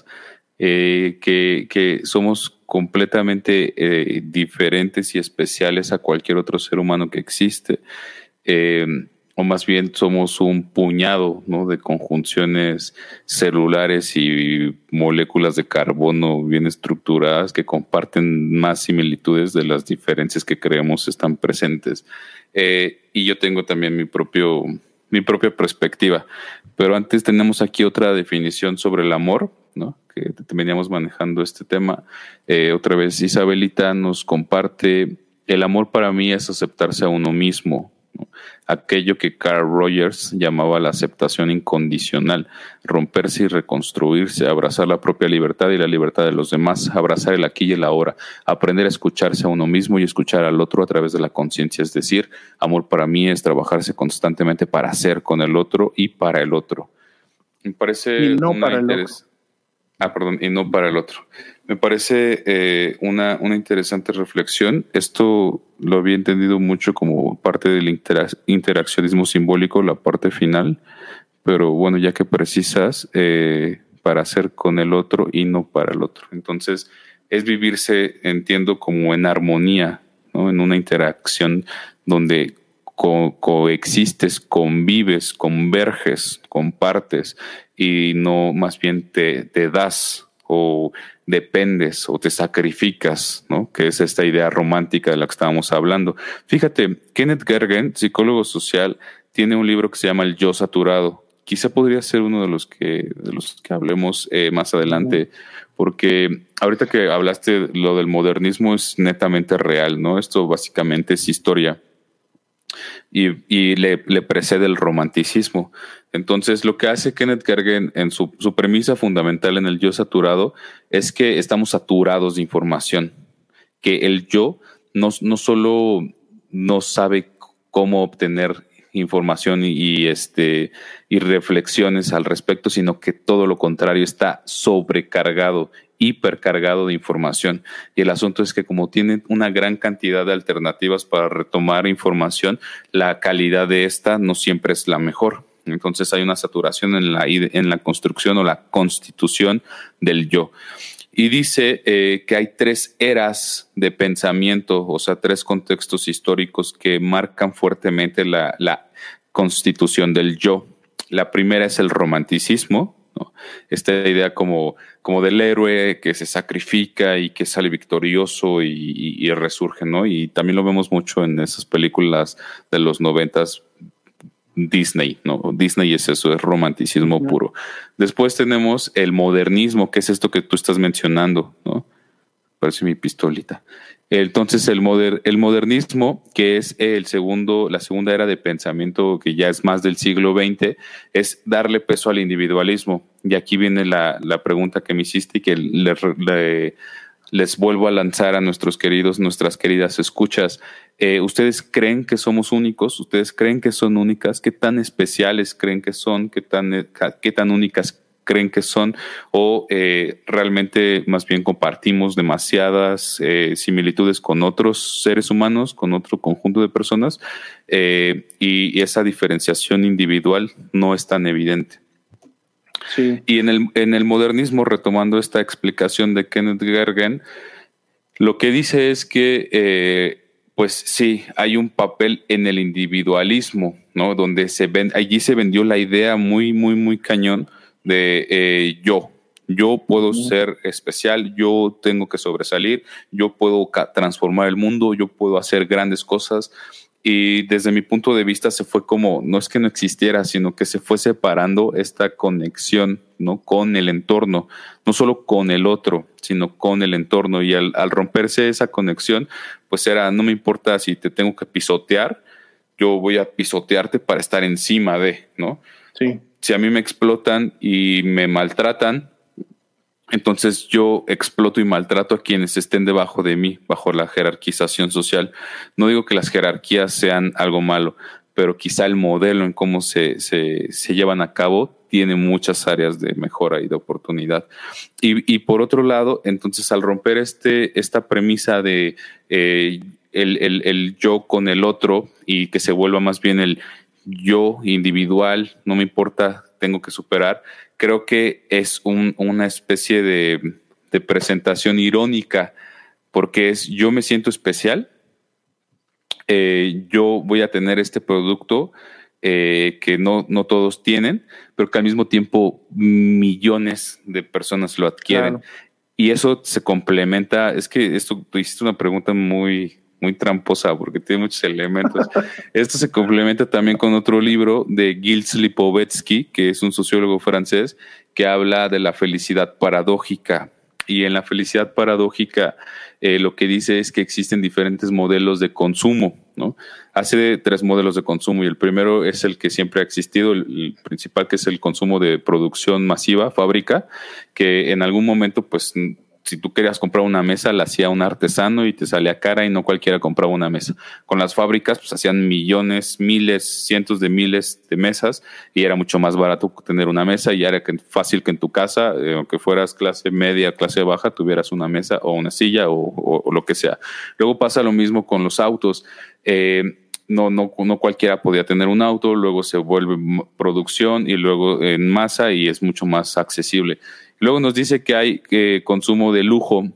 B: Eh, que, que somos completamente eh, diferentes y especiales a cualquier otro ser humano que existe, eh, o más bien somos un puñado, ¿no?, de conjunciones celulares y moléculas de carbono bien estructuradas que comparten más similitudes de las diferencias que creemos están presentes. Eh, y yo tengo también mi propio, mi propia perspectiva, pero antes tenemos aquí otra definición sobre el amor, ¿no?, que veníamos manejando este tema. Eh, otra vez Isabelita nos comparte: el amor para mí es aceptarse a uno mismo, ¿no?, aquello que Carl Rogers llamaba la aceptación incondicional, romperse y reconstruirse, abrazar la propia libertad y la libertad de los demás, abrazar el aquí y el ahora, aprender a escucharse a uno mismo y escuchar al otro a través de la conciencia. Es decir, amor para mí es trabajarse constantemente para ser con el otro y para el otro. Me parece
C: y no
B: una
C: para el
B: interes-
C: otro.
B: Ah, perdón, y no para el otro. Me parece eh, una, una interesante reflexión. Esto lo había entendido mucho como parte del interac- interaccionismo simbólico, la parte final, pero bueno, ya que precisas, eh, para hacer con el otro y no para el otro. Entonces, es vivirse, entiendo, como en armonía, ¿no?, en una interacción donde co- coexistes, convives, converges, compartes, y no más bien te, te das o dependes o te sacrificas, ¿no?, que es esta idea romántica de la que estábamos hablando. Fíjate, Kenneth Gergen, psicólogo social, tiene un libro que se llama El Yo Saturado. Quizá podría ser uno de los que, de los que hablemos eh, más adelante, porque ahorita que hablaste, lo del modernismo es netamente real, ¿no? Esto básicamente es historia. Y, y le, le precede el romanticismo. Entonces, lo que hace Kenneth Gergen en su, su premisa fundamental en el yo saturado es que estamos saturados de información, que el yo no, no solo no sabe cómo obtener información y, y, este, y reflexiones al respecto, sino que todo lo contrario, está sobrecargado, hipercargado de información. Y el asunto es que como tienen una gran cantidad de alternativas para retomar información, la calidad de esta no siempre es la mejor. Entonces hay una saturación en la, en la construcción o la constitución del yo. Y dice eh, que hay tres eras de pensamiento, o sea, tres contextos históricos que marcan fuertemente la, la constitución del yo. La primera es el romanticismo, ¿no? Esta idea como, como del héroe que se sacrifica y que sale victorioso y, y, y resurge, ¿no? Y también lo vemos mucho en esas películas de los noventas, Disney, ¿no? Disney es eso, es romanticismo uh-huh. puro. Después tenemos el modernismo, que es esto que tú estás mencionando, ¿no? Parece mi pistolita. Entonces, el, moder, el modernismo, que es el segundo, la segunda era de pensamiento, que ya es más del siglo veinte, es darle peso al individualismo. Y aquí viene la, la pregunta que me hiciste y que le, le, les vuelvo a lanzar a nuestros queridos, nuestras queridas escuchas. Eh, ¿Ustedes creen que somos únicos? ¿Ustedes creen que son únicas? ¿Qué tan especiales creen que son? ¿Qué tan, qué tan únicas creen que son? ¿O eh, realmente más bien compartimos demasiadas eh, similitudes con otros seres humanos, con otro conjunto de personas, eh, y, y esa diferenciación individual no es tan evidente?
C: Sí.
B: Y en el, en el modernismo, retomando esta explicación de Kenneth Gergen, lo que dice es que eh, pues sí, hay un papel en el individualismo, ¿no? Donde se ven, allí se vendió la idea muy, muy, muy cañón de eh, yo. Yo puedo uh-huh. ser especial, yo tengo que sobresalir, yo puedo ca- transformar el mundo, yo puedo hacer grandes cosas. Y desde mi punto de vista se fue como, no es que no existiera, sino que se fue separando esta conexión, ¿no? Con el entorno, no solo con el otro, sino con el entorno. Y al, al romperse esa conexión, pues era, no me importa si te tengo que pisotear, yo voy a pisotearte para estar encima de, ¿no?
C: Sí.
B: Si a mí me explotan y me maltratan, entonces yo exploto y maltrato a quienes estén debajo de mí, bajo la jerarquización social. No digo que las jerarquías sean algo malo, pero quizá el modelo en cómo se, se, se llevan a cabo tiene muchas áreas de mejora y de oportunidad. Y, y por otro lado, entonces al romper este, esta premisa de eh, el, el, el yo con el otro y que se vuelva más bien el yo individual, no me importa, tengo que superar, creo que es un, una especie de, de presentación irónica, porque es yo me siento especial, eh, yo voy a tener este producto eh, que no, no todos tienen, pero que al mismo tiempo millones de personas lo adquieren. Claro. Y eso se complementa, es que esto, tú hiciste una pregunta muy... muy tramposa porque tiene muchos elementos. Esto se complementa también con otro libro de Gilles Lipovetsky, que es un sociólogo francés, que habla de la felicidad paradójica. Y en la felicidad paradójica eh, lo que dice es que existen diferentes modelos de consumo, ¿no? Hace tres modelos de consumo y el primero es el que siempre ha existido, el, el principal, que es el consumo de producción masiva, fábrica, que en algún momento pues si tú querías comprar una mesa, la hacía un artesano y te salía cara y no cualquiera compraba una mesa. Con las fábricas, pues hacían millones, miles, cientos de miles de mesas y era mucho más barato tener una mesa y era fácil que en tu casa, eh, aunque fueras clase media, clase baja, tuvieras una mesa o una silla o, o, o lo que sea. Luego pasa lo mismo con los autos. Eh, No, no, no cualquiera podía tener un auto, luego se vuelve producción y luego en masa y es mucho más accesible. Luego nos dice que hay eh, consumo de lujo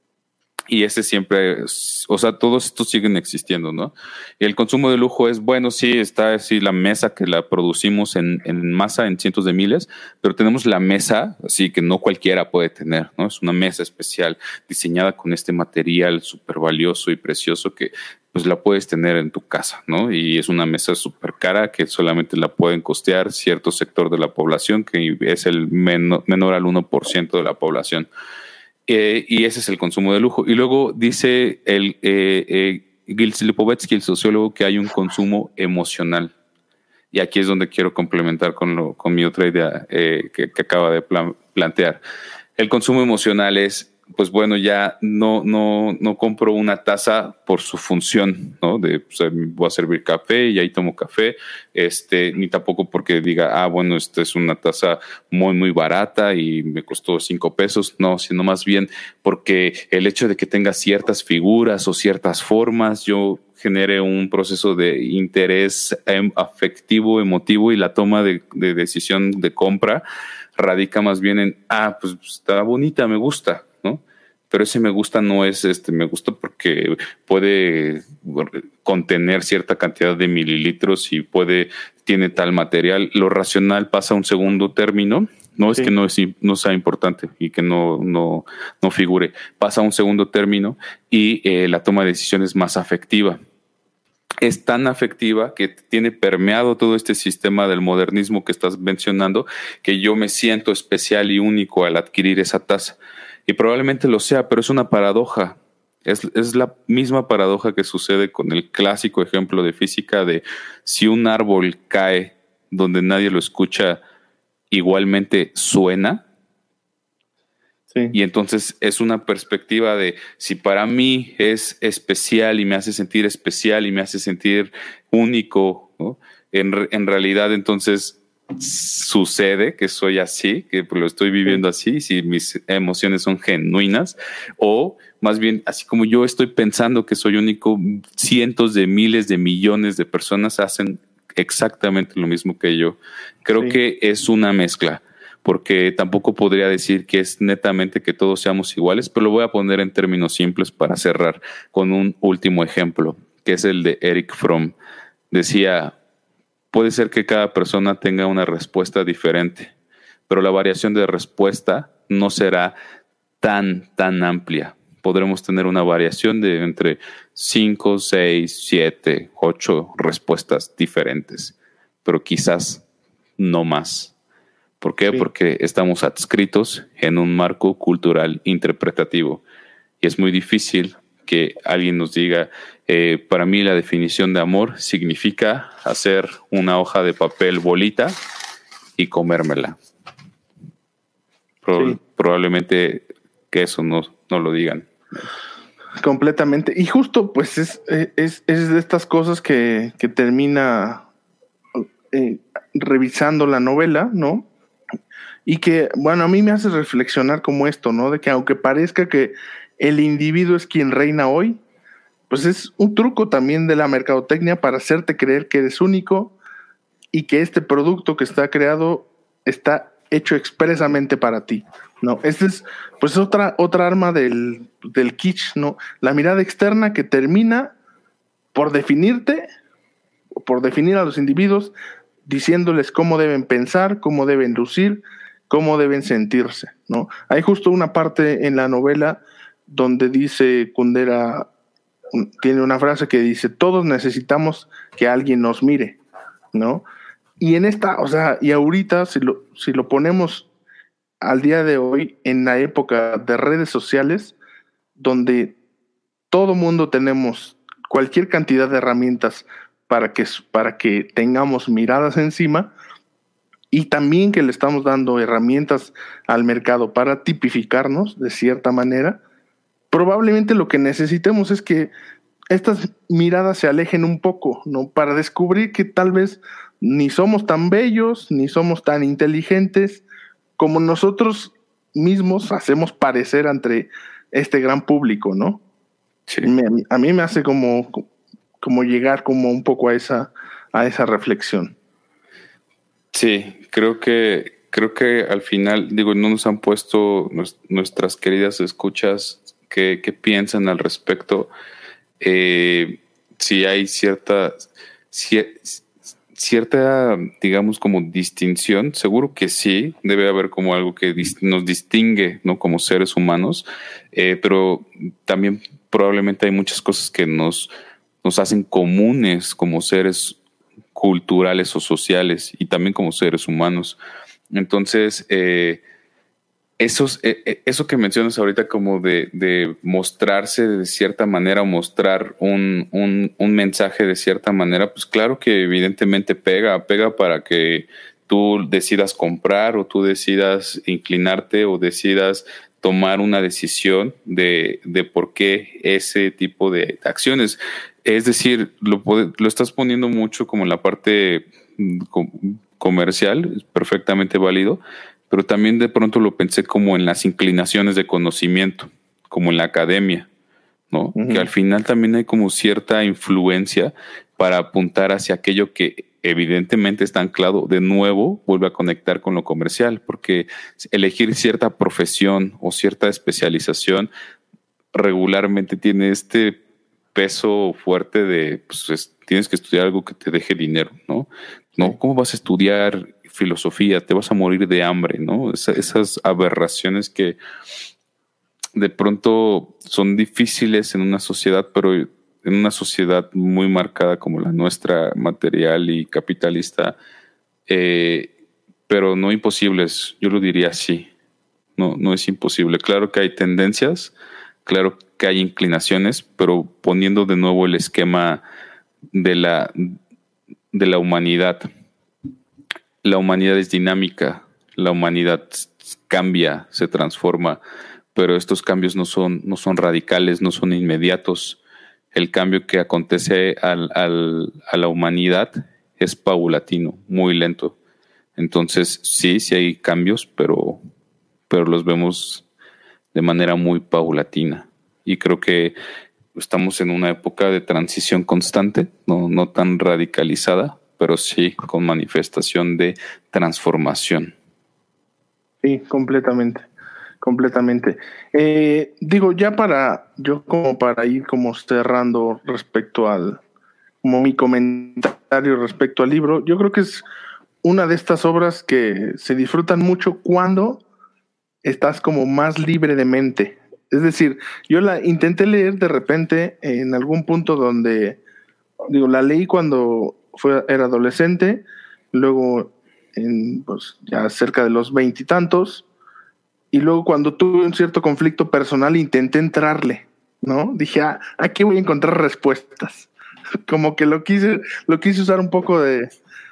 B: y ese siempre, es, o sea, todos estos siguen existiendo, ¿no? Y el consumo de lujo es, bueno, sí, está así la mesa que la producimos en, en masa, en cientos de miles, pero tenemos la mesa, así que no cualquiera puede tener, ¿no? Es una mesa especial diseñada con este material súper valioso y precioso que pues la puedes tener en tu casa, ¿no? Y es una mesa súper cara que solamente la pueden costear cierto sector de la población, que es el menor, menor al uno por ciento de la población. Eh, y ese es el consumo de lujo. Y luego dice el eh, eh, Gilles Lipovetsky, el sociólogo, que hay un consumo emocional. Y aquí es donde quiero complementar con, lo, con mi otra idea eh, que, que acaba de plan, plantear. El consumo emocional es, pues bueno, ya no, no, no compro una taza por su función, ¿no? De, pues, voy a servir café y ahí tomo café, este, ni tampoco porque diga, ah, bueno, esta es una taza muy, muy barata y me costó cinco pesos. No, sino más bien porque el hecho de que tenga ciertas figuras o ciertas formas, yo genere un proceso de interés afectivo, emotivo y la toma de, de decisión de compra radica más bien en, ah, pues está bonita, me gusta, ¿no? Pero ese me gusta no es este, me gusta porque puede contener cierta cantidad de mililitros y puede, tiene tal material. Lo racional pasa a un segundo término. No es sí. que no, es, no sea importante y que no, no, no figure. Pasa a un segundo término y eh, la toma de decisiones es más afectiva. Es tan afectiva que tiene permeado todo este sistema del modernismo que estás mencionando, que yo me siento especial y único al adquirir esa taza. Y probablemente lo sea, pero es una paradoja. Es, es la misma paradoja que sucede con el clásico ejemplo de física de si un árbol cae donde nadie lo escucha, igualmente suena. Sí. Y entonces es una perspectiva de si para mí es especial y me hace sentir especial y me hace sentir único, ¿no? En, en realidad entonces sucede que soy así, que lo estoy viviendo así, si mis emociones son genuinas, o más bien así como yo estoy pensando que soy único, cientos de miles de millones de personas hacen exactamente lo mismo que yo. Creo sí. que es una mezcla, porque tampoco podría decir que es netamente que todos seamos iguales, pero lo voy a poner en términos simples para cerrar con un último ejemplo, que es el de Eric Fromm. Decía, puede ser que cada persona tenga una respuesta diferente, pero la variación de respuesta no será tan, tan amplia. podremos tener una variación de entre cinco, seis, siete, ocho respuestas diferentes, pero quizás no más. ¿Por qué? Sí. Porque estamos adscritos en un marco cultural interpretativo y es muy difícil que alguien nos diga, eh, para mí la definición de amor significa hacer una hoja de papel bolita y comérmela. Pro- sí. Probablemente que eso no, no lo digan.
C: Completamente. Y justo pues es, es, es de estas cosas que, que termina eh, revisando la novela, ¿no? Y que, bueno, a mí me hace reflexionar como esto, ¿no? De que aunque parezca que el individuo es quien reina hoy, pues es un truco también de la mercadotecnia para hacerte creer que eres único y que este producto que está creado está hecho expresamente para ti, ¿no? Esta es, pues, otra, otra arma del, del kitsch, ¿no? La mirada externa que termina por definirte, por definir a los individuos, diciéndoles cómo deben pensar, cómo deben lucir, cómo deben sentirse, ¿no? Hay justo una parte en la novela donde dice Kundera, tiene una frase que dice, todos necesitamos que alguien nos mire, ¿no? Y en esta, o sea, y ahorita, si lo, si lo ponemos al día de hoy, en la época de redes sociales, donde todo mundo tenemos cualquier cantidad de herramientas para que, para que tengamos miradas encima, y también que le estamos dando herramientas al mercado para tipificarnos de cierta manera, probablemente lo que necesitemos es que estas miradas se alejen un poco, ¿no? Para descubrir que tal vez ni somos tan bellos, ni somos tan inteligentes como nosotros mismos hacemos parecer ante este gran público, ¿no? Sí. Me, a mí me hace como, como llegar como un poco a esa, a esa reflexión.
B: Sí, creo que, creo que al final, digo, no nos han puesto nuestras queridas escuchas que, que piensan al respecto. Eh, si hay cierta, cierta, digamos, como distinción, seguro que sí, debe haber como algo que nos distingue, ¿no? Como seres humanos, eh, pero también probablemente hay muchas cosas que nos, nos hacen comunes como seres culturales o sociales y también como seres humanos. Entonces, eh, esos, eh, eso que mencionas ahorita como de, de mostrarse de cierta manera o mostrar un, un, un mensaje de cierta manera, pues claro que evidentemente pega, pega para que tú decidas comprar o tú decidas inclinarte o decidas tomar una decisión de, de por qué ese tipo de acciones. Es decir, lo, lo estás poniendo mucho como en la parte comercial, es perfectamente válido, pero también de pronto lo pensé como en las inclinaciones de conocimiento, como en la academia, ¿no? Uh-huh. Que al final también hay como cierta influencia para apuntar hacia aquello que evidentemente está anclado, de nuevo, vuelve a conectar con lo comercial, porque elegir cierta profesión o cierta especialización regularmente tiene este peso fuerte de, pues, es, tienes que estudiar algo que te deje dinero, ¿no? ¿No? ¿Cómo vas a estudiar filosofía? Te vas a morir de hambre, ¿no? Esa, esas aberraciones que de pronto son difíciles en una sociedad, pero en una sociedad muy marcada como la nuestra, material y capitalista, eh, pero no imposibles, yo lo diría así. No, no es imposible. Claro que hay tendencias, claro que hay inclinaciones, pero poniendo de nuevo el esquema de la, de la humanidad. La humanidad es dinámica, la humanidad cambia, se transforma, pero estos cambios no son, no son radicales, no son inmediatos. El cambio que acontece al, al, a la humanidad es paulatino, muy lento. Entonces, sí, sí hay cambios, pero, pero los vemos de manera muy paulatina. Y creo que estamos en una época de transición constante, no, no tan radicalizada, pero sí con manifestación de transformación.
C: Sí, completamente, completamente. Eh, digo, ya para, yo como para ir como cerrando respecto al, como mi comentario respecto al libro, yo creo que es una de estas obras que se disfrutan mucho cuando estás como más libre de mente Es decir, yo la intenté leer de repente en algún punto donde, digo, la leí cuando fue, era adolescente, luego en, pues, ya cerca de los veintitantos, y, y luego cuando tuve un cierto conflicto personal intenté entrarle, ¿no? Dije, ah, aquí voy a encontrar respuestas. Como que lo quise, lo quise usar un poco de,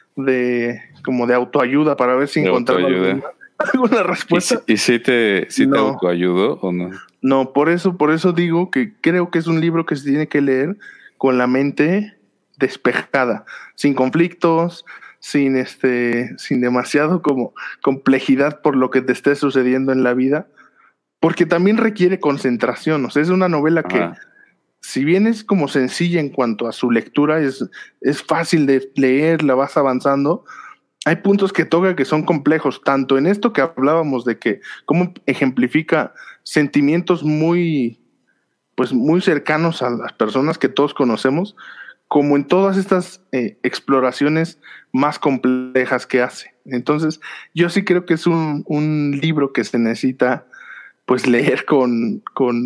C: de como de autoayuda para ver si encontraba alguna, alguna respuesta.
B: ¿Y si, y si te, si
C: no.
B: te autoayudó o no?
C: No, por eso, por eso digo que creo que es un libro que se tiene que leer con la mente despejada, sin conflictos, sin este, sin demasiado como complejidad por lo que te esté sucediendo en la vida, porque también requiere concentración. O sea, es una novela que, Ajá. si bien es como sencilla en cuanto a su lectura, es, es fácil de leer, la vas avanzando. Hay puntos que toca que son complejos, tanto en esto que hablábamos de que cómo ejemplifica sentimientos muy, pues muy cercanos a las personas que todos conocemos, como en todas estas eh, exploraciones más complejas que hace. Entonces, yo sí creo que es un, un libro que se necesita pues leer con, con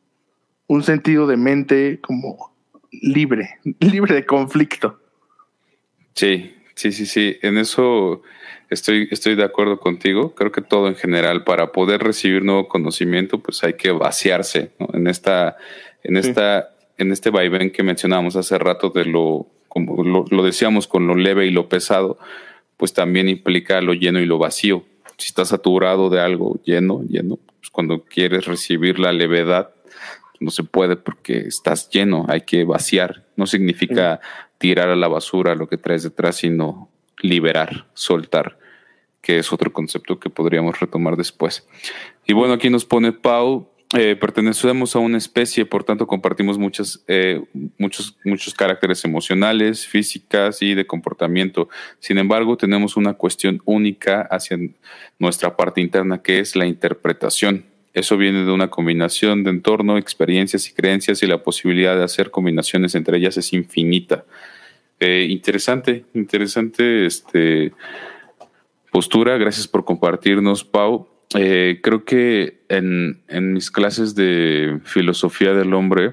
C: un sentido de mente como libre, libre de conflicto.
B: Sí. Sí, sí, sí. En eso estoy, estoy de acuerdo contigo. Creo que todo en general, para poder recibir nuevo conocimiento, pues hay que vaciarse, ¿no? En esta, en sí. esta, en este vaivén que mencionábamos hace rato de lo, como lo, lo decíamos con lo leve y lo pesado, pues también implica lo lleno y lo vacío. Si estás saturado de algo lleno, lleno, pues cuando quieres recibir la levedad, no se puede porque estás lleno, hay que vaciar. No significa sí. tirar a la basura lo que traes detrás, sino liberar, soltar, que es otro concepto que podríamos retomar después. Y bueno, aquí nos pone Pau, eh, pertenecemos a una especie, por tanto compartimos muchas, eh, muchos, muchos caracteres emocionales, físicas y de comportamiento. Sin embargo, tenemos una cuestión única hacia nuestra parte interna, que es la interpretación. Eso viene de una combinación de entorno, experiencias y creencias, y la posibilidad de hacer combinaciones entre ellas es infinita. Eh, interesante, interesante este, postura. Gracias por compartirnos, Pau. Eh, creo que en, en mis clases de filosofía del hombre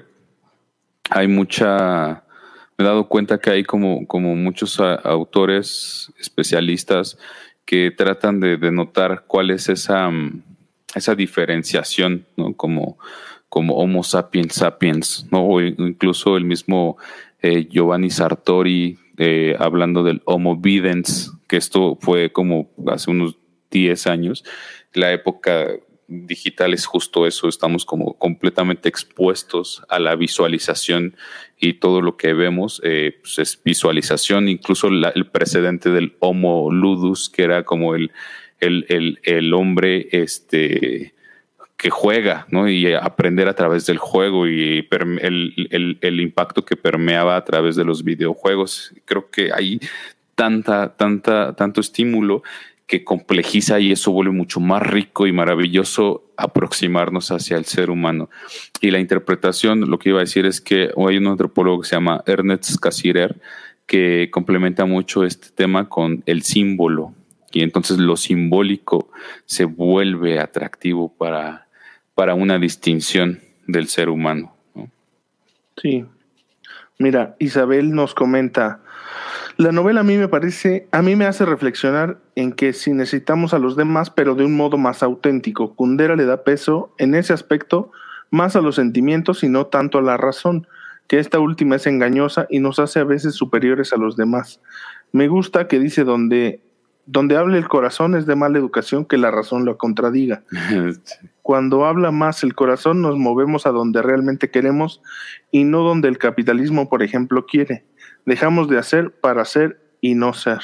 B: hay mucha... Me he dado cuenta que hay como, como muchos a, autores especialistas que tratan de denotar cuál es esa... esa diferenciación, ¿no? Como, como Homo sapiens sapiens, ¿no? O incluso el mismo eh, Giovanni Sartori eh, hablando del Homo videns, que esto fue como hace unos diez años. La época digital es justo eso, estamos como completamente expuestos a la visualización y todo lo que vemos eh, pues es visualización, incluso la, el precedente del Homo ludus, que era como el El, el, el hombre este, que juega, ¿no? Y aprender a través del juego y el, el, el impacto que permeaba a través de los videojuegos. Creo que hay tanta, tanta, tanto estímulo que complejiza, y eso vuelve mucho más rico y maravilloso aproximarnos hacia el ser humano. Y la interpretación, lo que iba a decir es que hay un antropólogo que se llama Ernest Cassirer que complementa mucho este tema con el símbolo. Y entonces lo simbólico se vuelve atractivo para, para una distinción del ser humano, ¿no?
C: Sí. Mira, Isabel nos comenta, la novela a mí me parece, a mí me hace reflexionar en que si necesitamos a los demás, pero de un modo más auténtico. Kundera le da peso en ese aspecto más a los sentimientos y no tanto a la razón, que esta última es engañosa y nos hace a veces superiores a los demás. Me gusta que dice donde... Donde hable el corazón es de mala educación que la razón lo contradiga. Cuando habla más el corazón nos movemos a donde realmente queremos y no donde el capitalismo, por ejemplo, quiere. Dejamos de hacer para hacer y no ser.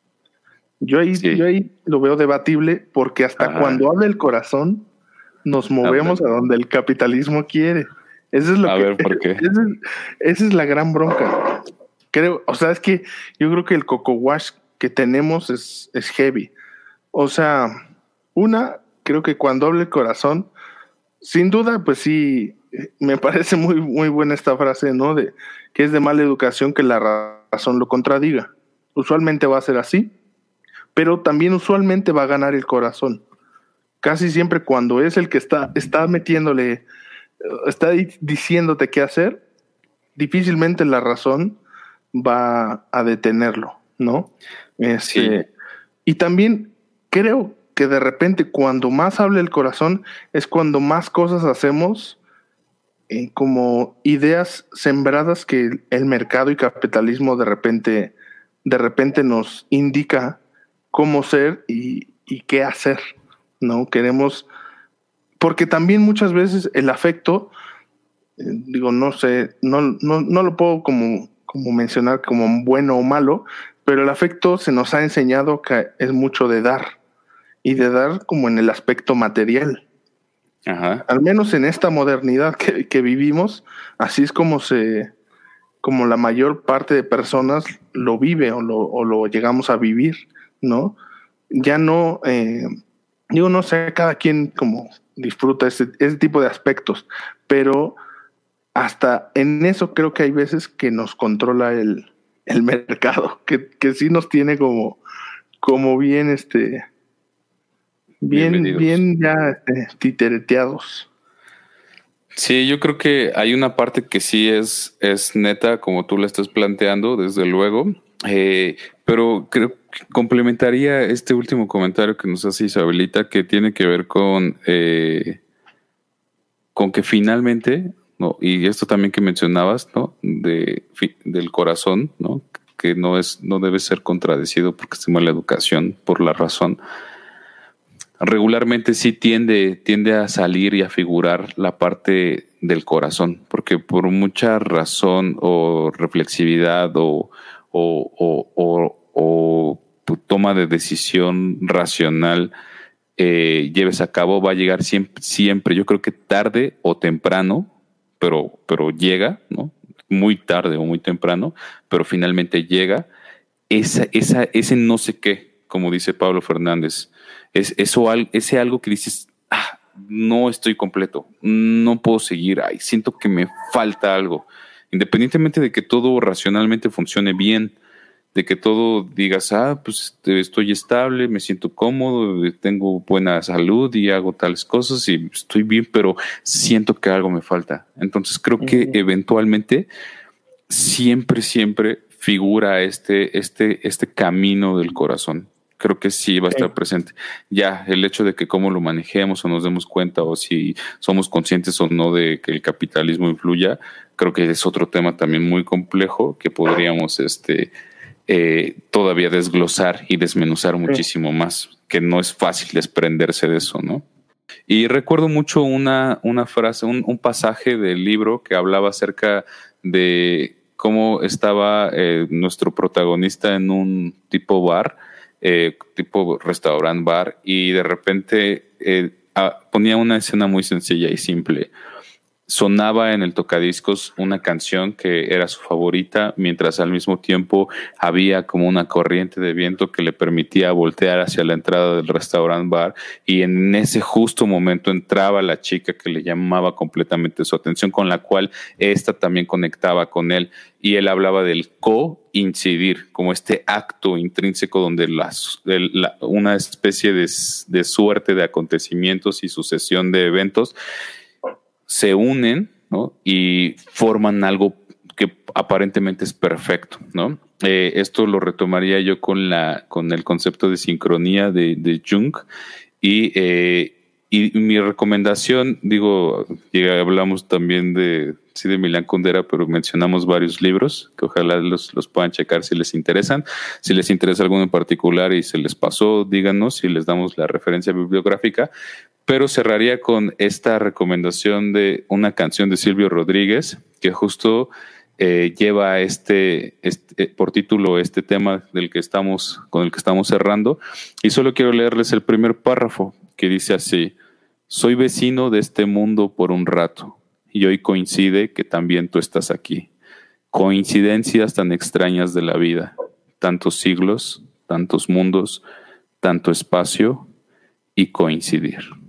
C: Yo ahí, sí. yo ahí lo veo debatible porque hasta Ajá. cuando habla el corazón nos movemos a, a donde el capitalismo quiere. Eso es lo
B: a
C: que,
B: ver, ¿por qué?
C: Esa es, esa es la gran bronca. Creo, o sea, es que yo creo que el coco wash que tenemos es, es heavy. O sea, una, creo que cuando habla el corazón, sin duda, pues sí, me parece muy, muy buena esta frase, ¿no? De que es de mala educación que la razón lo contradiga. Usualmente va a ser así, pero también usualmente va a ganar el corazón. casi siempre cuando es el que está, está metiéndole, está diciéndote qué hacer, difícilmente la razón va a detenerlo, ¿no? Este, sí. Y también creo que de repente cuando más habla el corazón es cuando más cosas hacemos eh, como ideas sembradas que el mercado y capitalismo de repente, de repente nos indica cómo ser y, y qué hacer, ¿no? Queremos, porque también muchas veces el afecto, eh, digo, no sé, no, no, no lo puedo como, como mencionar como bueno o malo, pero el afecto se nos ha enseñado que es mucho de dar, y de dar como en el aspecto material. Ajá. Al menos en esta modernidad que, que vivimos, así es como se, como la mayor parte de personas lo vive o lo, o lo llegamos a vivir, ¿no? Ya no, eh, digo, no sé, cada quien como disfruta ese, ese tipo de aspectos, pero hasta en eso creo que hay veces que nos controla el, el mercado, que, que sí nos tiene como, como bien, este, bien, bien ya este, titereteados.
B: Sí, yo creo que hay una parte que sí es, es neta, como tú la estás planteando, desde luego, eh, pero creo que complementaría este último comentario que nos hace Isabelita, que tiene que ver con, eh, con que finalmente, ¿no? Y esto también que mencionabas, ¿no? De, del corazón, ¿no? Que no es, no debe ser contradecido porque estimula la educación por la razón. Regularmente sí tiende, tiende a salir y a figurar la parte del corazón, porque por mucha razón o reflexividad o, o, o, o, o toma de decisión racional eh, lleves a cabo, va a llegar siempre, siempre, yo creo que tarde o temprano, pero, pero llega, ¿no? Muy tarde o muy temprano, pero finalmente llega esa, esa, ese no sé qué, como dice Pablo Fernández. Es eso, ese algo que dices, ah, no estoy completo, no puedo seguir, ay, siento que me falta algo. Independientemente de que todo racionalmente funcione bien, de que todo digas, ah, pues estoy estable, me siento cómodo, tengo buena salud y hago tales cosas y estoy bien, pero siento que algo me falta. Entonces creo que uh-huh. eventualmente siempre, siempre figura este, este, este camino del corazón. Creo que sí va a estar presente. Ya, el hecho de que cómo lo manejemos o nos demos cuenta o si somos conscientes o no de que el capitalismo influya, creo que es otro tema también muy complejo que podríamos este, eh, todavía desglosar y desmenuzar muchísimo más, que no es fácil desprenderse de eso, ¿no? Y recuerdo mucho una, una frase, un, un pasaje del libro que hablaba acerca de cómo estaba eh, nuestro protagonista en un tipo bar, Eh, tipo restaurant bar, y de repente eh, ah, ponía una escena muy sencilla y simple. Sonaba en el tocadiscos una canción que era su favorita, mientras al mismo tiempo había como una corriente de viento que le permitía voltear hacia la entrada del restaurant bar, y en ese justo momento entraba la chica que le llamaba completamente su atención, con la cual ésta también conectaba con él, y él hablaba del coincidir como este acto intrínseco donde las, el, la, una especie de, de suerte de acontecimientos y sucesión de eventos se unen, ¿no? Y forman algo que aparentemente es perfecto, ¿no? Eh, esto lo retomaría yo con la con el concepto de sincronía de, de Jung, y, eh, y mi recomendación, digo, ya hablamos también de, sí, de Milan Kundera, pero mencionamos varios libros que ojalá los, los puedan checar si les interesan. Si les interesa alguno en particular y se les pasó, díganos y les damos la referencia bibliográfica. Pero cerraría con esta recomendación de una canción de Silvio Rodríguez que justo eh, lleva este, este por título este tema del que estamos, con el que estamos cerrando. Y solo quiero leerles el primer párrafo que dice así: soy vecino de este mundo por un rato y hoy coincide que también tú estás aquí. Coincidencias tan extrañas de la vida, tantos siglos, tantos mundos, tanto espacio y coincidir.